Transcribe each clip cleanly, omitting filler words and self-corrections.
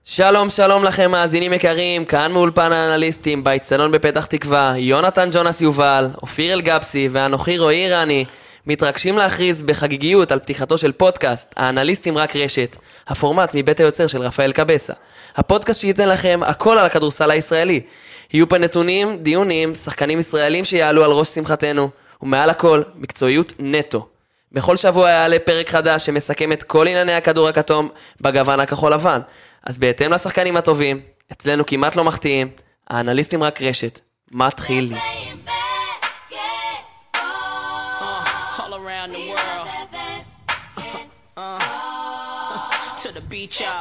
שלום שלום לכם מאזינים יקרים, כאן מאולפן האנליסטים באצטדיון בפתח תקווה, יונתן ג'ונס יובל, אופיר אלגבסי ואנוכי רועי אירני מתרגשים להכריז בחגיגיות על פתיחתו של פודקאסט האנליסטים רק רשת, הפורמט מבית היוצר של רפאל קבסה. הפודקאסט שייתן לכם הכל על הכדורסל הישראלי. יהיו פה נתונים, דיונים, שחקנים ישראלים שיעלו על ראש שמחתנו, ומעל הכל מקצועיות נטו. בכל שבוע יעלה פרק חדש שמסכם את כל ענייני הכדור הכתום בגוון הכחול לבן. אז בהתאם לשחקנים הטובים, אצלנו כמעט לא מחטיאים, האנליסטים רק רשת. מתחילים. To the beach, y'all.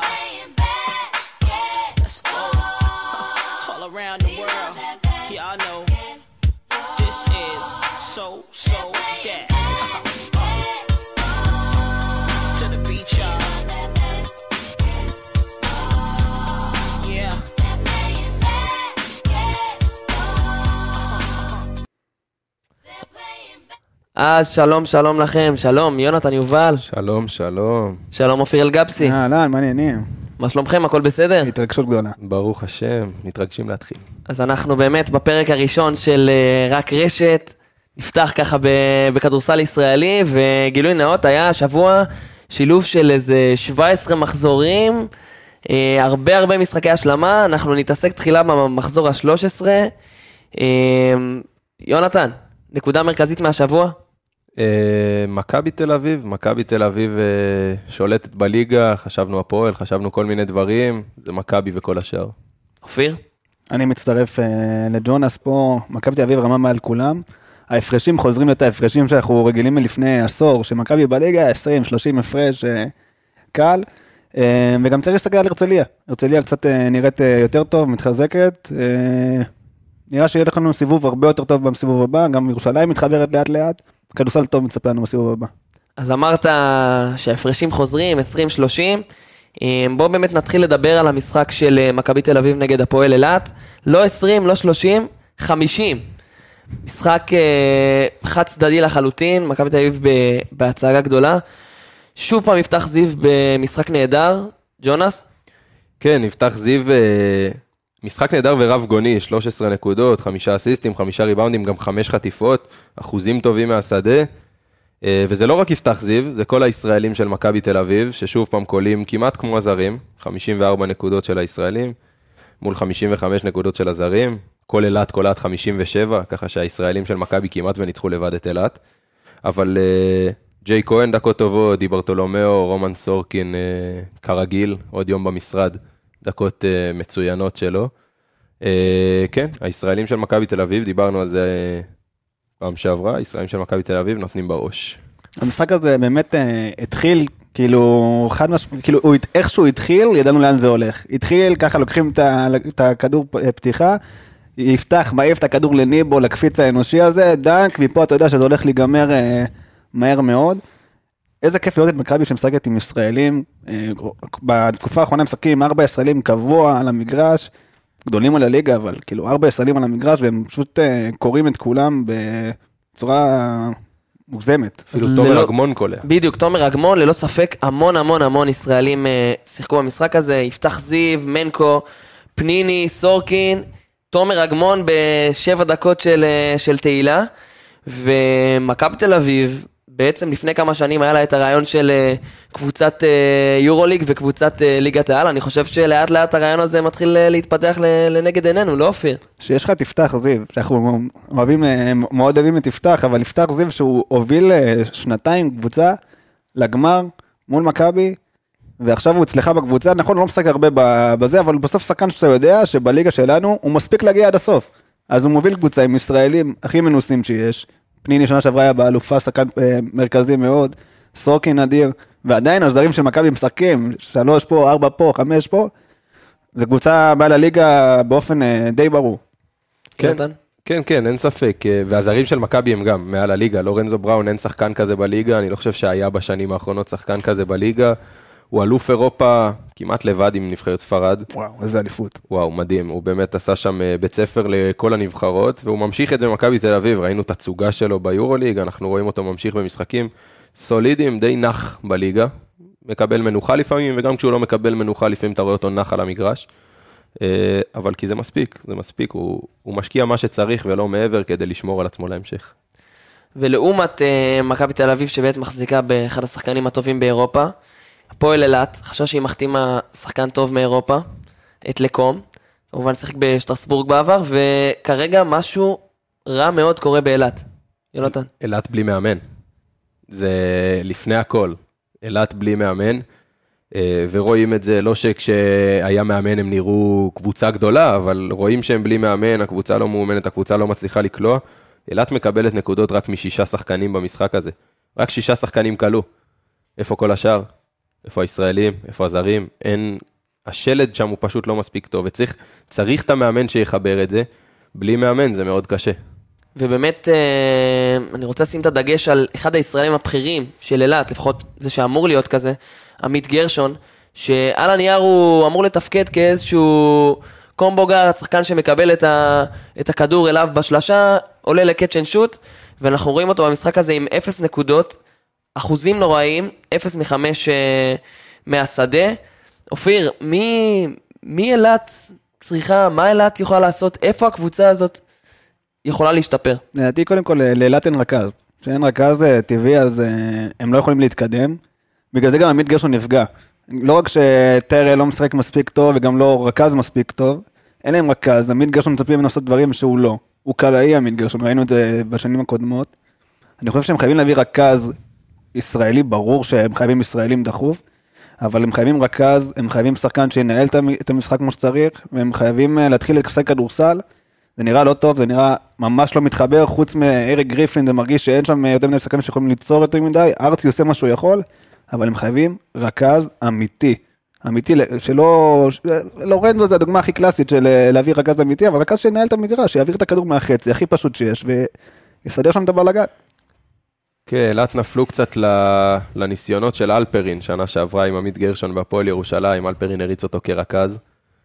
Let's go. All around the world. Y'all know this is so that. To the beach, y'all. Yeah. אז שלום שלום לכם, שלום יונתן יובל. שלום, שלום. שלום אופיר אלגבסי. אהלן, מה העניינים? מה שלומכם, הכל בסדר? התרגשות גדולה. ברוך השם, מתרגשים להתחיל. אז אנחנו באמת בפרק הראשון של רק רשת, נפתח ככה בכדורסל ישראלי, וגילוי נאות היה שבוע שילוב של איזה 17 מחזורים, הרבה משחקי השלמה, אנחנו נתעסק תחילה במחזור ה-13. יונתן, נקודה מרכזית מהשבוע? מכבי תל אביב שולטת בליגה, חשבנו הפועל, חשבנו כל מיני דברים, זה מכבי וכל השאר. אופיר? אני מצטרף לג'ונס פה, מכבי תל אביב רמה מעל כולם, ההפרשים חוזרים את ההפרשים שאנחנו רגילים מלפני עשור, שמכבי בליגה 20-30 הפרש קל, וגם צריך להסתכל על הרצליה קצת נראית יותר טוב, מתחזקת, נראה שיהיה לנו סיבוב הרבה יותר טוב בסיבוב הבא, גם ירושלים מתחברת לאט לאט, כדורסל טוב מצפה לנו בסיבוב הבא. אז אמרת שההפרשים חוזרים, 20-30, בואו באמת נתחיל לדבר על המשחק של מכבי תל אביב נגד הפועל אילת, לא 20, לא 30, 50. משחק חד צדדי לחלוטין, מכבי תל אביב בהצגה גדולה, שוב פעם יפתח זיו במשחק נהדר, ג'ונס? כן, יפתח זיו משחק נהדר ורב גוני, 13 נקודות, 5 אסיסטים, 5 ריבאונדים, גם 5 חטיפות, אחוזים טובים מהשדה, וזה לא רק יפתח זיו, זה כל הישראלים של מכבי תל אביב, ששוב פעם קולים כמעט כמו הזרים, 54 נקודות של הישראלים, מול 55 נקודות של הזרים, כל אילת קולת 57, ככה שהישראלים של מכבי כמעט וניצחו לבד את אילת, אבל ג'יי כהן דקות טובות, די ברטולומיאו, רומן סורקין, כרגיל, עוד יום במשרד, דקות מצוינות שלו. כן, הישראלים של מכבי תל אביב, דיברנו על זה פעם שעברה, הישראלים של מכבי תל אביב נותנים בראש. המשחק הזה באמת התחיל, כאילו, איכשהו התחיל, ידענו לאן זה הולך. התחיל, ככה לוקחים את הכדור פתיחה, יפתח, מעיף את הכדור לניבו, לקפיץ האנושי הזה, דנק, מפה אתה יודע שזה הולך להיגמר מהר מאוד. איזה כיף לראות את מכבי שמשחקת עם ישראלים, בתקופה האחרונה משחקים עם 4 ישראלים קבוע על המגרש, גדולים על הליגה, אבל כאילו 4 ישראלים על המגרש, והם פשוט קוראים את כולם בצורה מוגזמת. אפילו תומר אגמון קולע. בדיוק, תומר אגמון, ללא ספק, המון ישראלים שיחקו במשחק הזה, יפתח זיו, מנקו, פניני, סורקין, תומר אגמון ב7 דקות של תהילה, ומכבי תל אביב, בעצם לפני כמה שנים היה לה את הרעיון של קבוצת יורוליג וקבוצת ליגת העל, אני חושב שלאט לאט הרעיון הזה מתחיל להתפתח לנגד עינינו, לא אופיר? שיש לך תפתח זיו, שאנחנו מאוד אוהבים את תפתח, אבל תפתח זיו שהוא הוביל 2 קבוצה לגמר מול מכבי, ועכשיו הוא אצלך בקבוצה, נכון, הוא לא משחק הרבה בזה, אבל בסוף שחקן שאתה יודע שבליגה שלנו הוא מספיק להגיע עד הסוף, אז הוא מוביל קבוצה עם ישראלים הכי מנוסים שיש, פניני שנה שעברה היה באלופה, שחקן מרכזי מאוד, סורקין אדיר, ועדיין הזרים של מכבי משחקים, 3 פה, 4 פה, 5 פה, זו קבוצה באה לליגה באופן די ברור. כן, אין ספק, והזרים של מכבי הם גם מעל הליגה, לורנזו בראון אין שחקן כזה בליגה, אני לא חושב שהיה בשנים האחרונות שחקן כזה בליגה, הוא אלוף אירופה כמעט לבד עם נבחרת ספרד. וואו, איזה אליפות. וואו, מדהים. הוא באמת עשה שם בית ספר לכל הנבחרות, והוא ממשיך את זה במכבי תל אביב. ראינו את הצוגה שלו ביורוליג, אנחנו רואים אותו ממשיך במשחקים סולידיים, די נח בליגה, מקבל מנוחה לפעמים, וגם כשהוא לא מקבל מנוחה, לפעמים אתה רואה אותו נח על המגרש. אבל כי זה מספיק, הוא משקיע מה שצריך ולא מעבר כדי לשמור על עצמו להמשך. ולעומת מכבי תל אביב שבאמת מחזיקה באחד השחקנים הטובים באירופה, הפועל אילת, חשב שהיא מחתימה שחקן טוב מאירופה, את לקום, כמובן שחק בשטרסבורג בעבר, וכרגע משהו רע מאוד קורה באילת. יונתן. אילת בלי מאמן. זה לפני הכל. אילת בלי מאמן, ורואים את זה, לא שכשהיה מאמן הם נראו קבוצה גדולה, אבל רואים שהם בלי מאמן, הקבוצה לא מאומנת, הקבוצה לא מצליחה לקלוע. אילת מקבלת נקודות רק מ6 שחקנים במשחק הזה. רק 6 שחקנים קלו. איפה כל השאר? איפה הישראלים? איפה הזרים? אין... השלד שם הוא פשוט לא מספיק טוב, וצריך את המאמן שיחבר את זה. בלי מאמן זה מאוד קשה. ובאמת, אני רוצה לשים את הדגש על אחד הישראלים הבכירים של אילת, לפחות זה שאמור להיות כזה, עמית גרשון, שעל הנייר הוא אמור לתפקד כאיזשהו קומבו גארד, שחקן שמקבל את הכדור אליו בשלשה, עולה לקאץ' אנד שוט, ואנחנו רואים אותו במשחק הזה עם 0 נקודות, אחוזים נוראיים, 0 מ-5 מהשדה. אופיר, מי אילת צריכה, מה אילת יכולה לעשות, איפה הקבוצה הזאת יכולה להשתפר? לדעתי קודם כל לאילת אין רכז, כשאין רכז טבעי אז הם לא יכולים להתקדם, בגלל זה גם עמית גרשון נפגע, לא רק שטרל לא משחק מספיק טוב וגם לא רכז מספיק טוב, אין להם רכז, עמית גרשון מצפים לעשות דברים שהוא לא, הוא קלעי עמית גרשון, ראינו את זה בשנים הקודמות, אני חושב שהם חייבים להביא רכז ישראלי, ברור שהם חייבים ישראלים דחוף, אבל הם חייבים רכז, הם חייבים שחקן שינהל את המשחק כמו שצריך, והם חייבים להתחיל לשחק כדורסל, זה נראה לא טוב, זה נראה ממש לא מתחבר, חוץ מאריק גריפין, זה מרגיש שאין שם יותר מדי שחקנים שיכולים ליצור יותר מדי, ארצי עושה מה שהוא יכול, אבל הם חייבים רכז אמיתי, שלא, לורנזו זה הדוגמה הכי קלאסית של להביא רכז אמיתי, אבל רכז שינהל את המגרש, שיעביר את הכדור מהחצי, הכי פשוט שיש, ויסדר שם את הבלגן. כן, אילת נפלו קצת לניסיונות של אלפרין, שנה שעברה עם עמית גרשון בהפועל ירושלים, אלפרין הריץ אותו כרכז.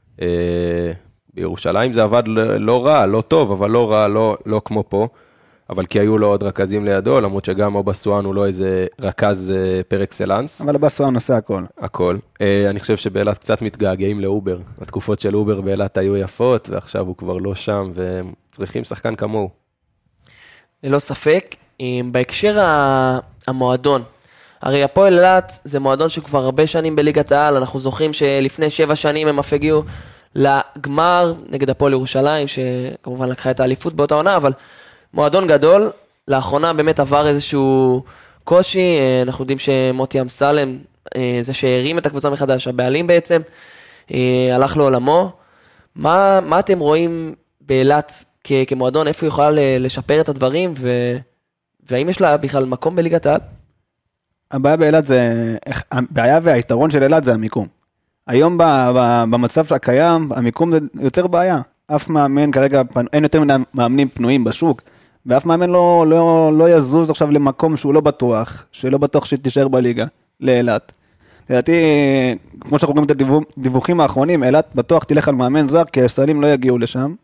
בירושלים זה עבד לא רע, לא טוב, אבל לא רע, לא כמו פה, אבל כי היו לו עוד רכזים לידו, למרות שגם אבא סואן הוא לא איזה רכז פר אקסלנס. אבל אבא סואן עושה הכל. הכל. אני חושב שבאילת קצת מתגעגעים לאובר. התקופות של אובר באילת היו יפות, ועכשיו הוא כבר לא שם, והם צריכים שחקן כמוהו. ללא ספק. בהקשר המועדון, הרי הפועל אילת זה מועדון שכבר הרבה שנים בליגת העל, אנחנו זוכרים שלפני 7 שנים הם אף הגיעו לגמר נגד הפועל ירושלים, שכמובן לקחה את האליפות באותה עונה, אבל מועדון גדול, לאחרונה באמת עבר איזשהו קושי, אנחנו יודעים שמוטי אמסלם, זה שהרים את הקבוצה מחדש, הבעלים בעצם, הלך לעולמו. מה אתם רואים באילת כמועדון, איפה היא יכולה לשפר את הדברים, והאם יש לה בכלל מקום בליגת העל? הבעיה באילת זה, הבעיה והיתרון של אילת זה המיקום. היום במצב הקיים, המיקום זה יותר בעיה. אף מאמן כרגע, אין יותר מדי מאמנים פנויים בשוק, ואף מאמן לא יזוז עכשיו למקום שהוא לא בטוח, שלא בטוח שתישאר בליגה, לאילת. לדעתי, כמו שאנחנו רואים את הדיווחים האחרונים, אילת בטוח תלך על מאמן זר, כי הישראלים לא יגיעו לשם,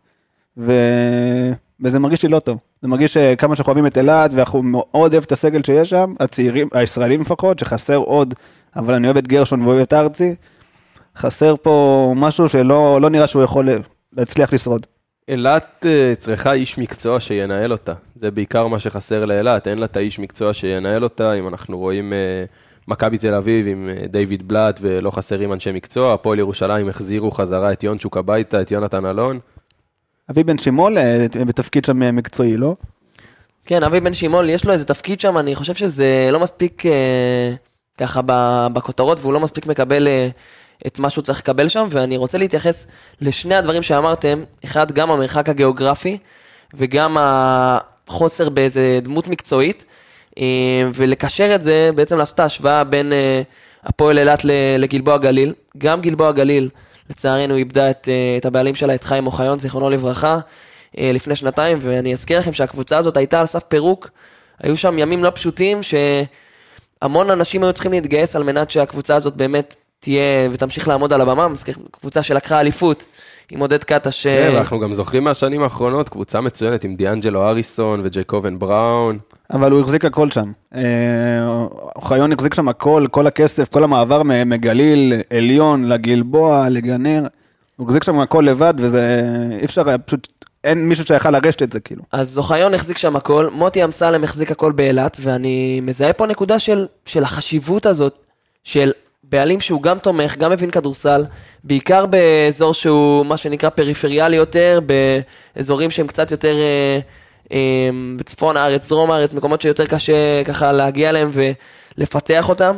וזה מרגיש לי לא טוב. זה מרגיש שכמה שאנחנו אוהבים את אילת, ואנחנו מאוד אוהב את הסגל שיש שם, הצעירים, הישראלים לפחות, שחסר עוד, אבל אני אוהב את גרשון ואוהב את ארצי, חסר פה משהו שלא נראה שהוא יכול להצליח לשרוד. אילת צריכה איש מקצוע שינהל אותה. זה בעיקר מה שחסר לאילת, אין לה את האיש מקצוע שינהל אותה, אם אנחנו רואים מכבי תל אביב עם דיוויד בלאט ולא חסרים אנשי מקצוע, הפועל ירושלים החזירו חזרה את יונצ'וק הביתה, את יונתן אלון. אבי בן שימול בתפקיד שם מקצועי, לא? כן, אבי בן שימול, יש לו איזה תפקיד שם, אני חושב שזה לא מספיק ככה בכותרות, והוא לא מספיק מקבל את מה שהוא צריך לקבל שם, ואני רוצה להתייחס לשני הדברים שאמרתם, אחד, גם המרחק הגיאוגרפי, וגם החוסר באיזה דמות מקצועית, ולקשר את זה, בעצם לעשות את ההשוואה בין הפועל אילת לגלבוע גליל, גם גלבוע גליל, לצערנו איבדה את הבעלים שלה, את חיים אוחיון, זיכרונו לברכה, לפני 2 ואני אזכיר לכם שהקבוצה הזאת הייתה על סף פירוק, היו שם ימים לא פשוטים, שהמון אנשים היו צריכים להתגייס על מנת שהקבוצה הזאת באמת תהיה ותמשיך לעמוד על הבמה, קבוצה שלקחה אליפות עם עודד קטש. כן, אנחנו גם זוכרים מהשנים האחרונות, קבוצה מצוינת עם דיאנג'לו אריסון וג'ייקובן בראון. אבל הוא החזיק הכל שם. אוחיון החזיק שם הכל, כל הכסף, כל המעבר מגליל, עליון, לגלבוע, לגנר. הוא החזיק שם הכל לבד, וזה אי אפשר, פשוט אין מישהו שיכל לרשת את זה, כאילו. אז אוחיון החזיק שם הכל, מוטי אמסלם החזיק הכל באילת, ואני מזהה פה נקודה של החשיבות הזאת, של בעלים שהוא גם תומך, גם מבין כדורסל, בעיקר באזור שהוא מה שנקרא פריפריאלי יותר, באזורים שהם קצת יותר בצפון הארץ, דרום הארץ, מקומות שיותר קשה ככה להגיע אליהם ולפתח אותם,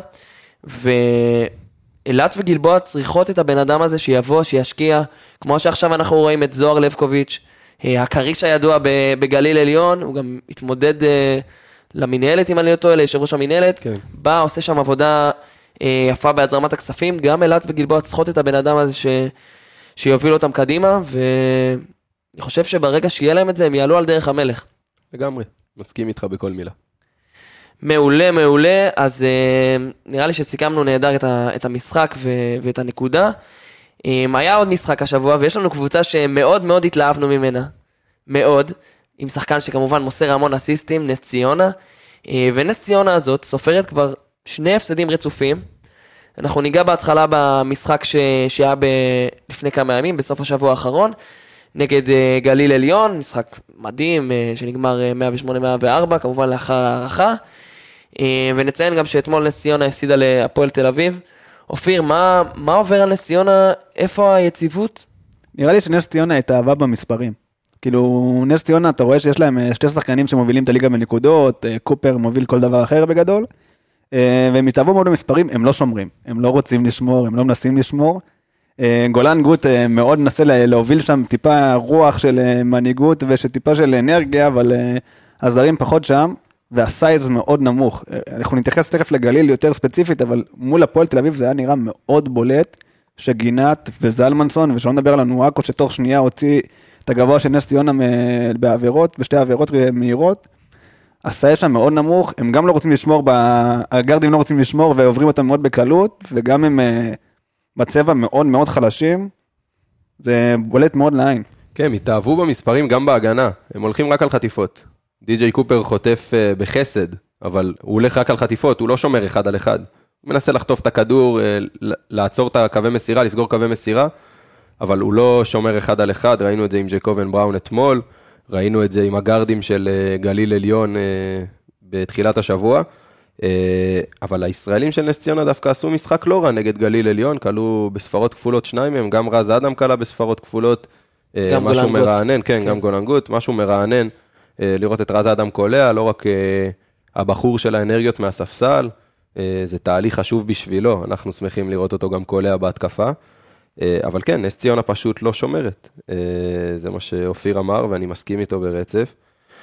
ואילת וגלבוע צריכות את הבן אדם הזה שיבוא, שישקיע, כמו שעכשיו אנחנו רואים את זוהר לבקוביץ', הקריש הידוע בגליל עליון, הוא גם התמודד למנהלת, אם אני לא טועה, ליושב ראש המנהלת, כן. בא, עושה שם עבודה יפה בהזרמת הכספים, גם אילת וגלבוע צריכות את הבן אדם הזה שיוביל אותם קדימה, ואני חושב שברגע שיהיה להם את זה, הם יעלו על דרך המלך. לגמרי, מסכים איתך בכל מילה. מעולה, מעולה, אז נראה לי שסיכמנו נהדר את המשחק ואת הנקודה. היה עוד משחק השבוע, ויש לנו קבוצה שמאוד מאוד התלהבנו ממנה, מאוד, עם שחקן שכמובן מוסר המון אסיסטים, נס ציונה, ונס ציונה הזאת סופרת כבר 2 הפסדים רצופים. אנחנו ניגע בהתחלה במשחק שהיה לפני כמה ימים, בסוף השבוע האחרון, נגד גליל עליון, משחק מדהים, שנגמר 108-104, כמובן לאחר הערכה, ונציין גם שאתמול נס ציונה הפסידה להפועל תל אביב. אופיר, מה עובר על נס ציונה? איפה היציבות? נראה לי שנס ציונה התאהבה במספרים. כאילו, נס ציונה, אתה רואה שיש להם 2 שחקנים שמובילים את הליגה בנקודות, קופר מוביל כל דבר אחר בגדול, והם התאהבו מאוד במספרים, הם לא שומרים, הם לא רוצים לשמור, הם לא מנסים לשמור. גולן גוט מאוד מנסה להוביל שם טיפה רוח של מנהיגות ושטיפה של אנרגיה, אבל הזרים פחות שם, והסייז מאוד נמוך. אנחנו נתייחס תכף לגליל יותר ספציפית, אבל מול הפועל תל אביב זה היה נראה מאוד בולט, שגינת וזלמנסון, ושלא נדבר על הנואקו שתוך שנייה הוציא את הגבוה של נס ציונה בעבירות, בשתי עבירות מהירות. הסייז שם מאוד נמוך, הם גם לא רוצים לשמור, הגרדים לא רוצים לשמור, ועוברים אותם מאוד בקלות, וגם הם בצבע מאוד מאוד חלשים, זה בולט מאוד לעין. כן, הם התאהבו במספרים גם בהגנה, הם הולכים רק על חטיפות. די.ג'יי קופר חוטף בחסד, אבל הוא הולך רק על חטיפות, הוא לא שומר 1 על 1. הוא מנסה לחטוף את הכדור, לעצור את הקווי מסירה, לסגור קווי מסירה, אבל הוא לא שומר 1 על 1, ראינו את זה עם ג'קובן בראון אתמול, ראינו את זה עם הגרדים של גליל עליון בתחילת השבוע, אבל הישראלים של נס ציונה דווקא עשו משחק לא רע נגד גליל עליון, קלו בספרות כפולות 2 מהם, גם רז אדם קלה בספרות כפולות, משהו מרענן, כן, גם גולן גוט, משהו מרענן, לראות את רז אדם קולע, לא רק הבחור של האנרגיות מהספסל, זה תהליך חשוב בשבילו, אנחנו שמחים לראות אותו גם קולע בהתקפה, אבל כן, נס ציונה פשוט לא שומרת, זה מה שאופיר אמר ואני מסכים איתו ברצף,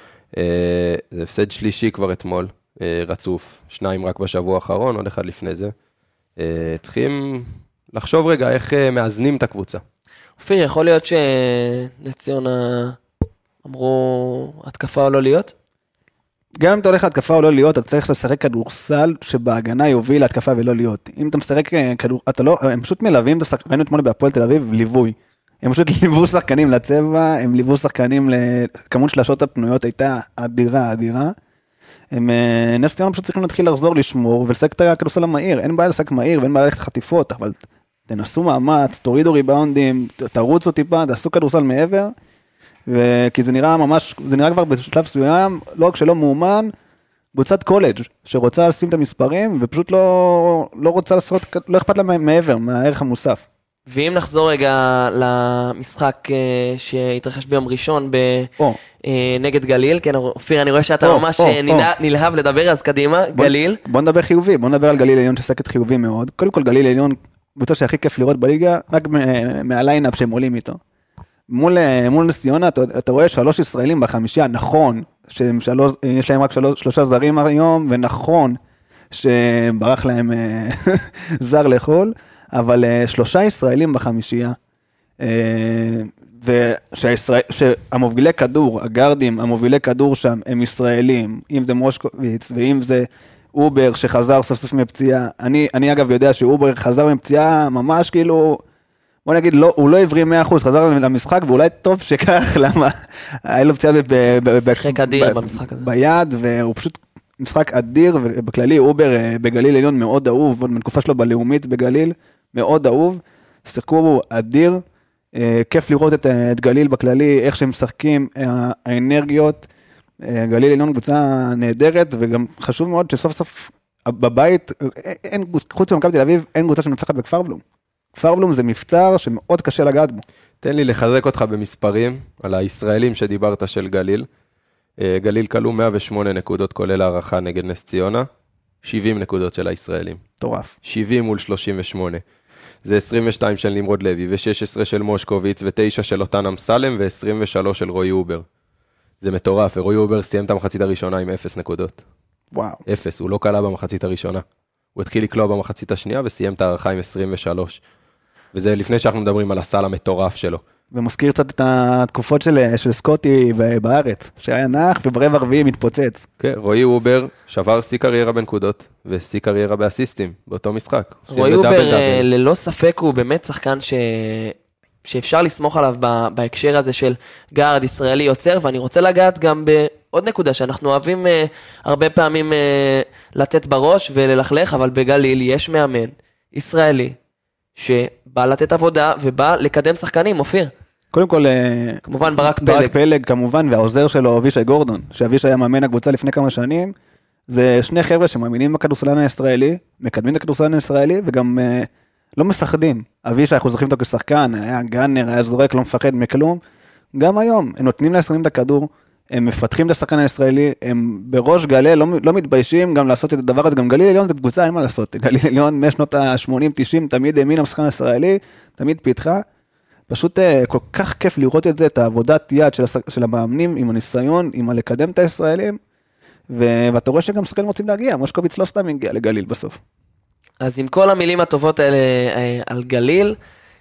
זה הפסד שלישי כבר אתמול, רצוף, 2 רק בשבוע האחרון, עוד 1 לפני זה, צריכים לחשוב רגע איך מאזנים את הקבוצה. אופיר, יכול להיות שנס ציונה אמרו התקפה או לא להיות? גם אם אתה הולך להתקפה או לא להיות, אתה צריך לשחק כדורסל שבהגנה יוביל להתקפה ולא להיות. אם אתה משחק אתה לא, הם פשוט מלווים, ראינו אתמול בהפועל תל אביב, ליווי. הם פשוט ליוו שחקנים לצבע, הם ליוו שחקנים לכמות שלשות הפנויות הייתה אדירה. נס ציונה פשוט צריכים להתחיל לחזור לשמור ולשחק את הכדורסל המהיר. אין בעיה לשחק מהיר ואין בעיה ללכת חטיפות, אבל תנסו מאמץ, תורידו ריבאונדים, תרוצו טיפה, תעשו כדורסל מעבר. כי זה נראה ממש, זה נראה כבר בשלב מסוים, לא רק שלא מאומן, קבוצת קולג' שרוצה לשים את המספרים, ופשוט לא רוצה לעשות, לא אכפת לה מעבר, מהערך המוסף. ואם נחזור רגע למשחק שהתרחש ביום ראשון נגד גליל, כן, אופיר, אני רואה שאתה ממש נלהב לדבר, אז קדימה, גליל. בוא נדבר חיובי, בוא נדבר על גליל עליון ששחקת חיובי מאוד. קודם כל גליל עליון, קבוצה שהכי כיף לראות בליגה, רק מהליינאפ שהם עולים איתו. מול נס ציונה, אתה רואה 3 ישראלים בחמישייה, נכון, שיש להם רק 3 זרים היום, ונכון שברח להם זר לחול, אבל 3 ישראלים בחמישייה, שהמובילי כדור, הגרדים, המובילי כדור שם, הם ישראלים, אם זה מושקוביץ, ואם זה אובר שחזר סוף סוף מפציעה, אני אגב יודע שאובר חזר מפציעה ממש כאילו, בוא נגיד, הוא לא עברי 100%, חזר למשחק, ואולי טוב שכך, למה היה לו פציעה שיחק אדיר במשחק הזה. ביד, והוא פשוט משחק אדיר, ובכללי אובר בגליל עליון מאוד אהוב, עוד מתקופה שלו בלאומית בגליל, מאוד אהוב, שיחקו אדיר, כיף לראות את גליל בכללי, איך שהם משחקים, האנרגיות, גליל עליון קבוצה נהדרת, וגם חשוב מאוד שסוף סוף בבית, חוץ ממכבי תל אביב, אין קבוצה שמנצחת בכפר בלום. כפר בלום זה מבצר שמאוד קשה לגעת בו. תן לי לחזק אותך במספרים, על הישראלים שדיברת של גליל. גליל קלו 108 נקודות, כולל הערכה נגד נס ציונה, 70 נקודות של הישראלים. טורף. 70 מול 38. זה 22 של נמרוד לוי, ו-16 של מושקוביץ, ו-9 של אותן אמסלם, ו-23 של רועי אובר. זה מטורף, ורועי אובר סיים את המחצית הראשונה עם 0 נקודות. וואו. 0, הוא לא קלה במחצית הראשונה. הוא התחיל לקלוע במחצית השנייה, וסיים את הערכה עם 23. וזה לפני שאנחנו מדברים על הסל המטורף שלו. ומזכיר קצת את התקופות של סקוטי בארץ, שהיה נח וברבע הרביעי מתפוצץ. כן, רועי אובר שבר שיא קריירה בנקודות, ושיא קריירה באסיסטים, באותו משחק. רועי אובר ללא ספק הוא באמת שחקן שאפשר לסמוך עליו בהקשר הזה של גארד ישראלי יוצר, ואני רוצה לגעת גם בעוד נקודה שאנחנו אוהבים הרבה פעמים לתת בראש וללכלך, אבל בגליל יש מאמן ישראלי שבא לתת עבודה ובא לקדם שחקנים, אופיר. קודם כל, כמובן ברק פלג. ברק פלג כמובן, והעוזר שלו אבישי גורדון, שאבישי היה מאמן הקבוצה לפני כמה שנים, זה שני חבר'ה שמאמינים בכדורסלן הישראלי, מקדמים את הכדורסלן הישראלי, וגם לא מפחדים. אבישי, אנחנו זוכרים אותו כשחקן, היה גאנר, היה זורק, לא מפחד מכלום. גם היום, הם נותנים לישראלים את הכדור, הם מפתחים את השחקן הישראלי, הם בראש גלי, לא מתביישים גם לעשות את הדבר הזה, גם גליל עליון זה קבוצה, אין מה לעשות, גליל עליון משנות ה-80-90, תמיד האמין לשחקן הישראלי, תמיד פיתחה, פשוט כל כך כיף לראות את זה, את העבודת יד של המאמנים, עם הניסיון, עם הלקדם את הישראלים, ואתה רואה שגם שחקנים רוצים להגיע, מושקוביץ לא סתם הגיע לגליל בסוף. אז עם כל המילים הטובות האלה על גליל,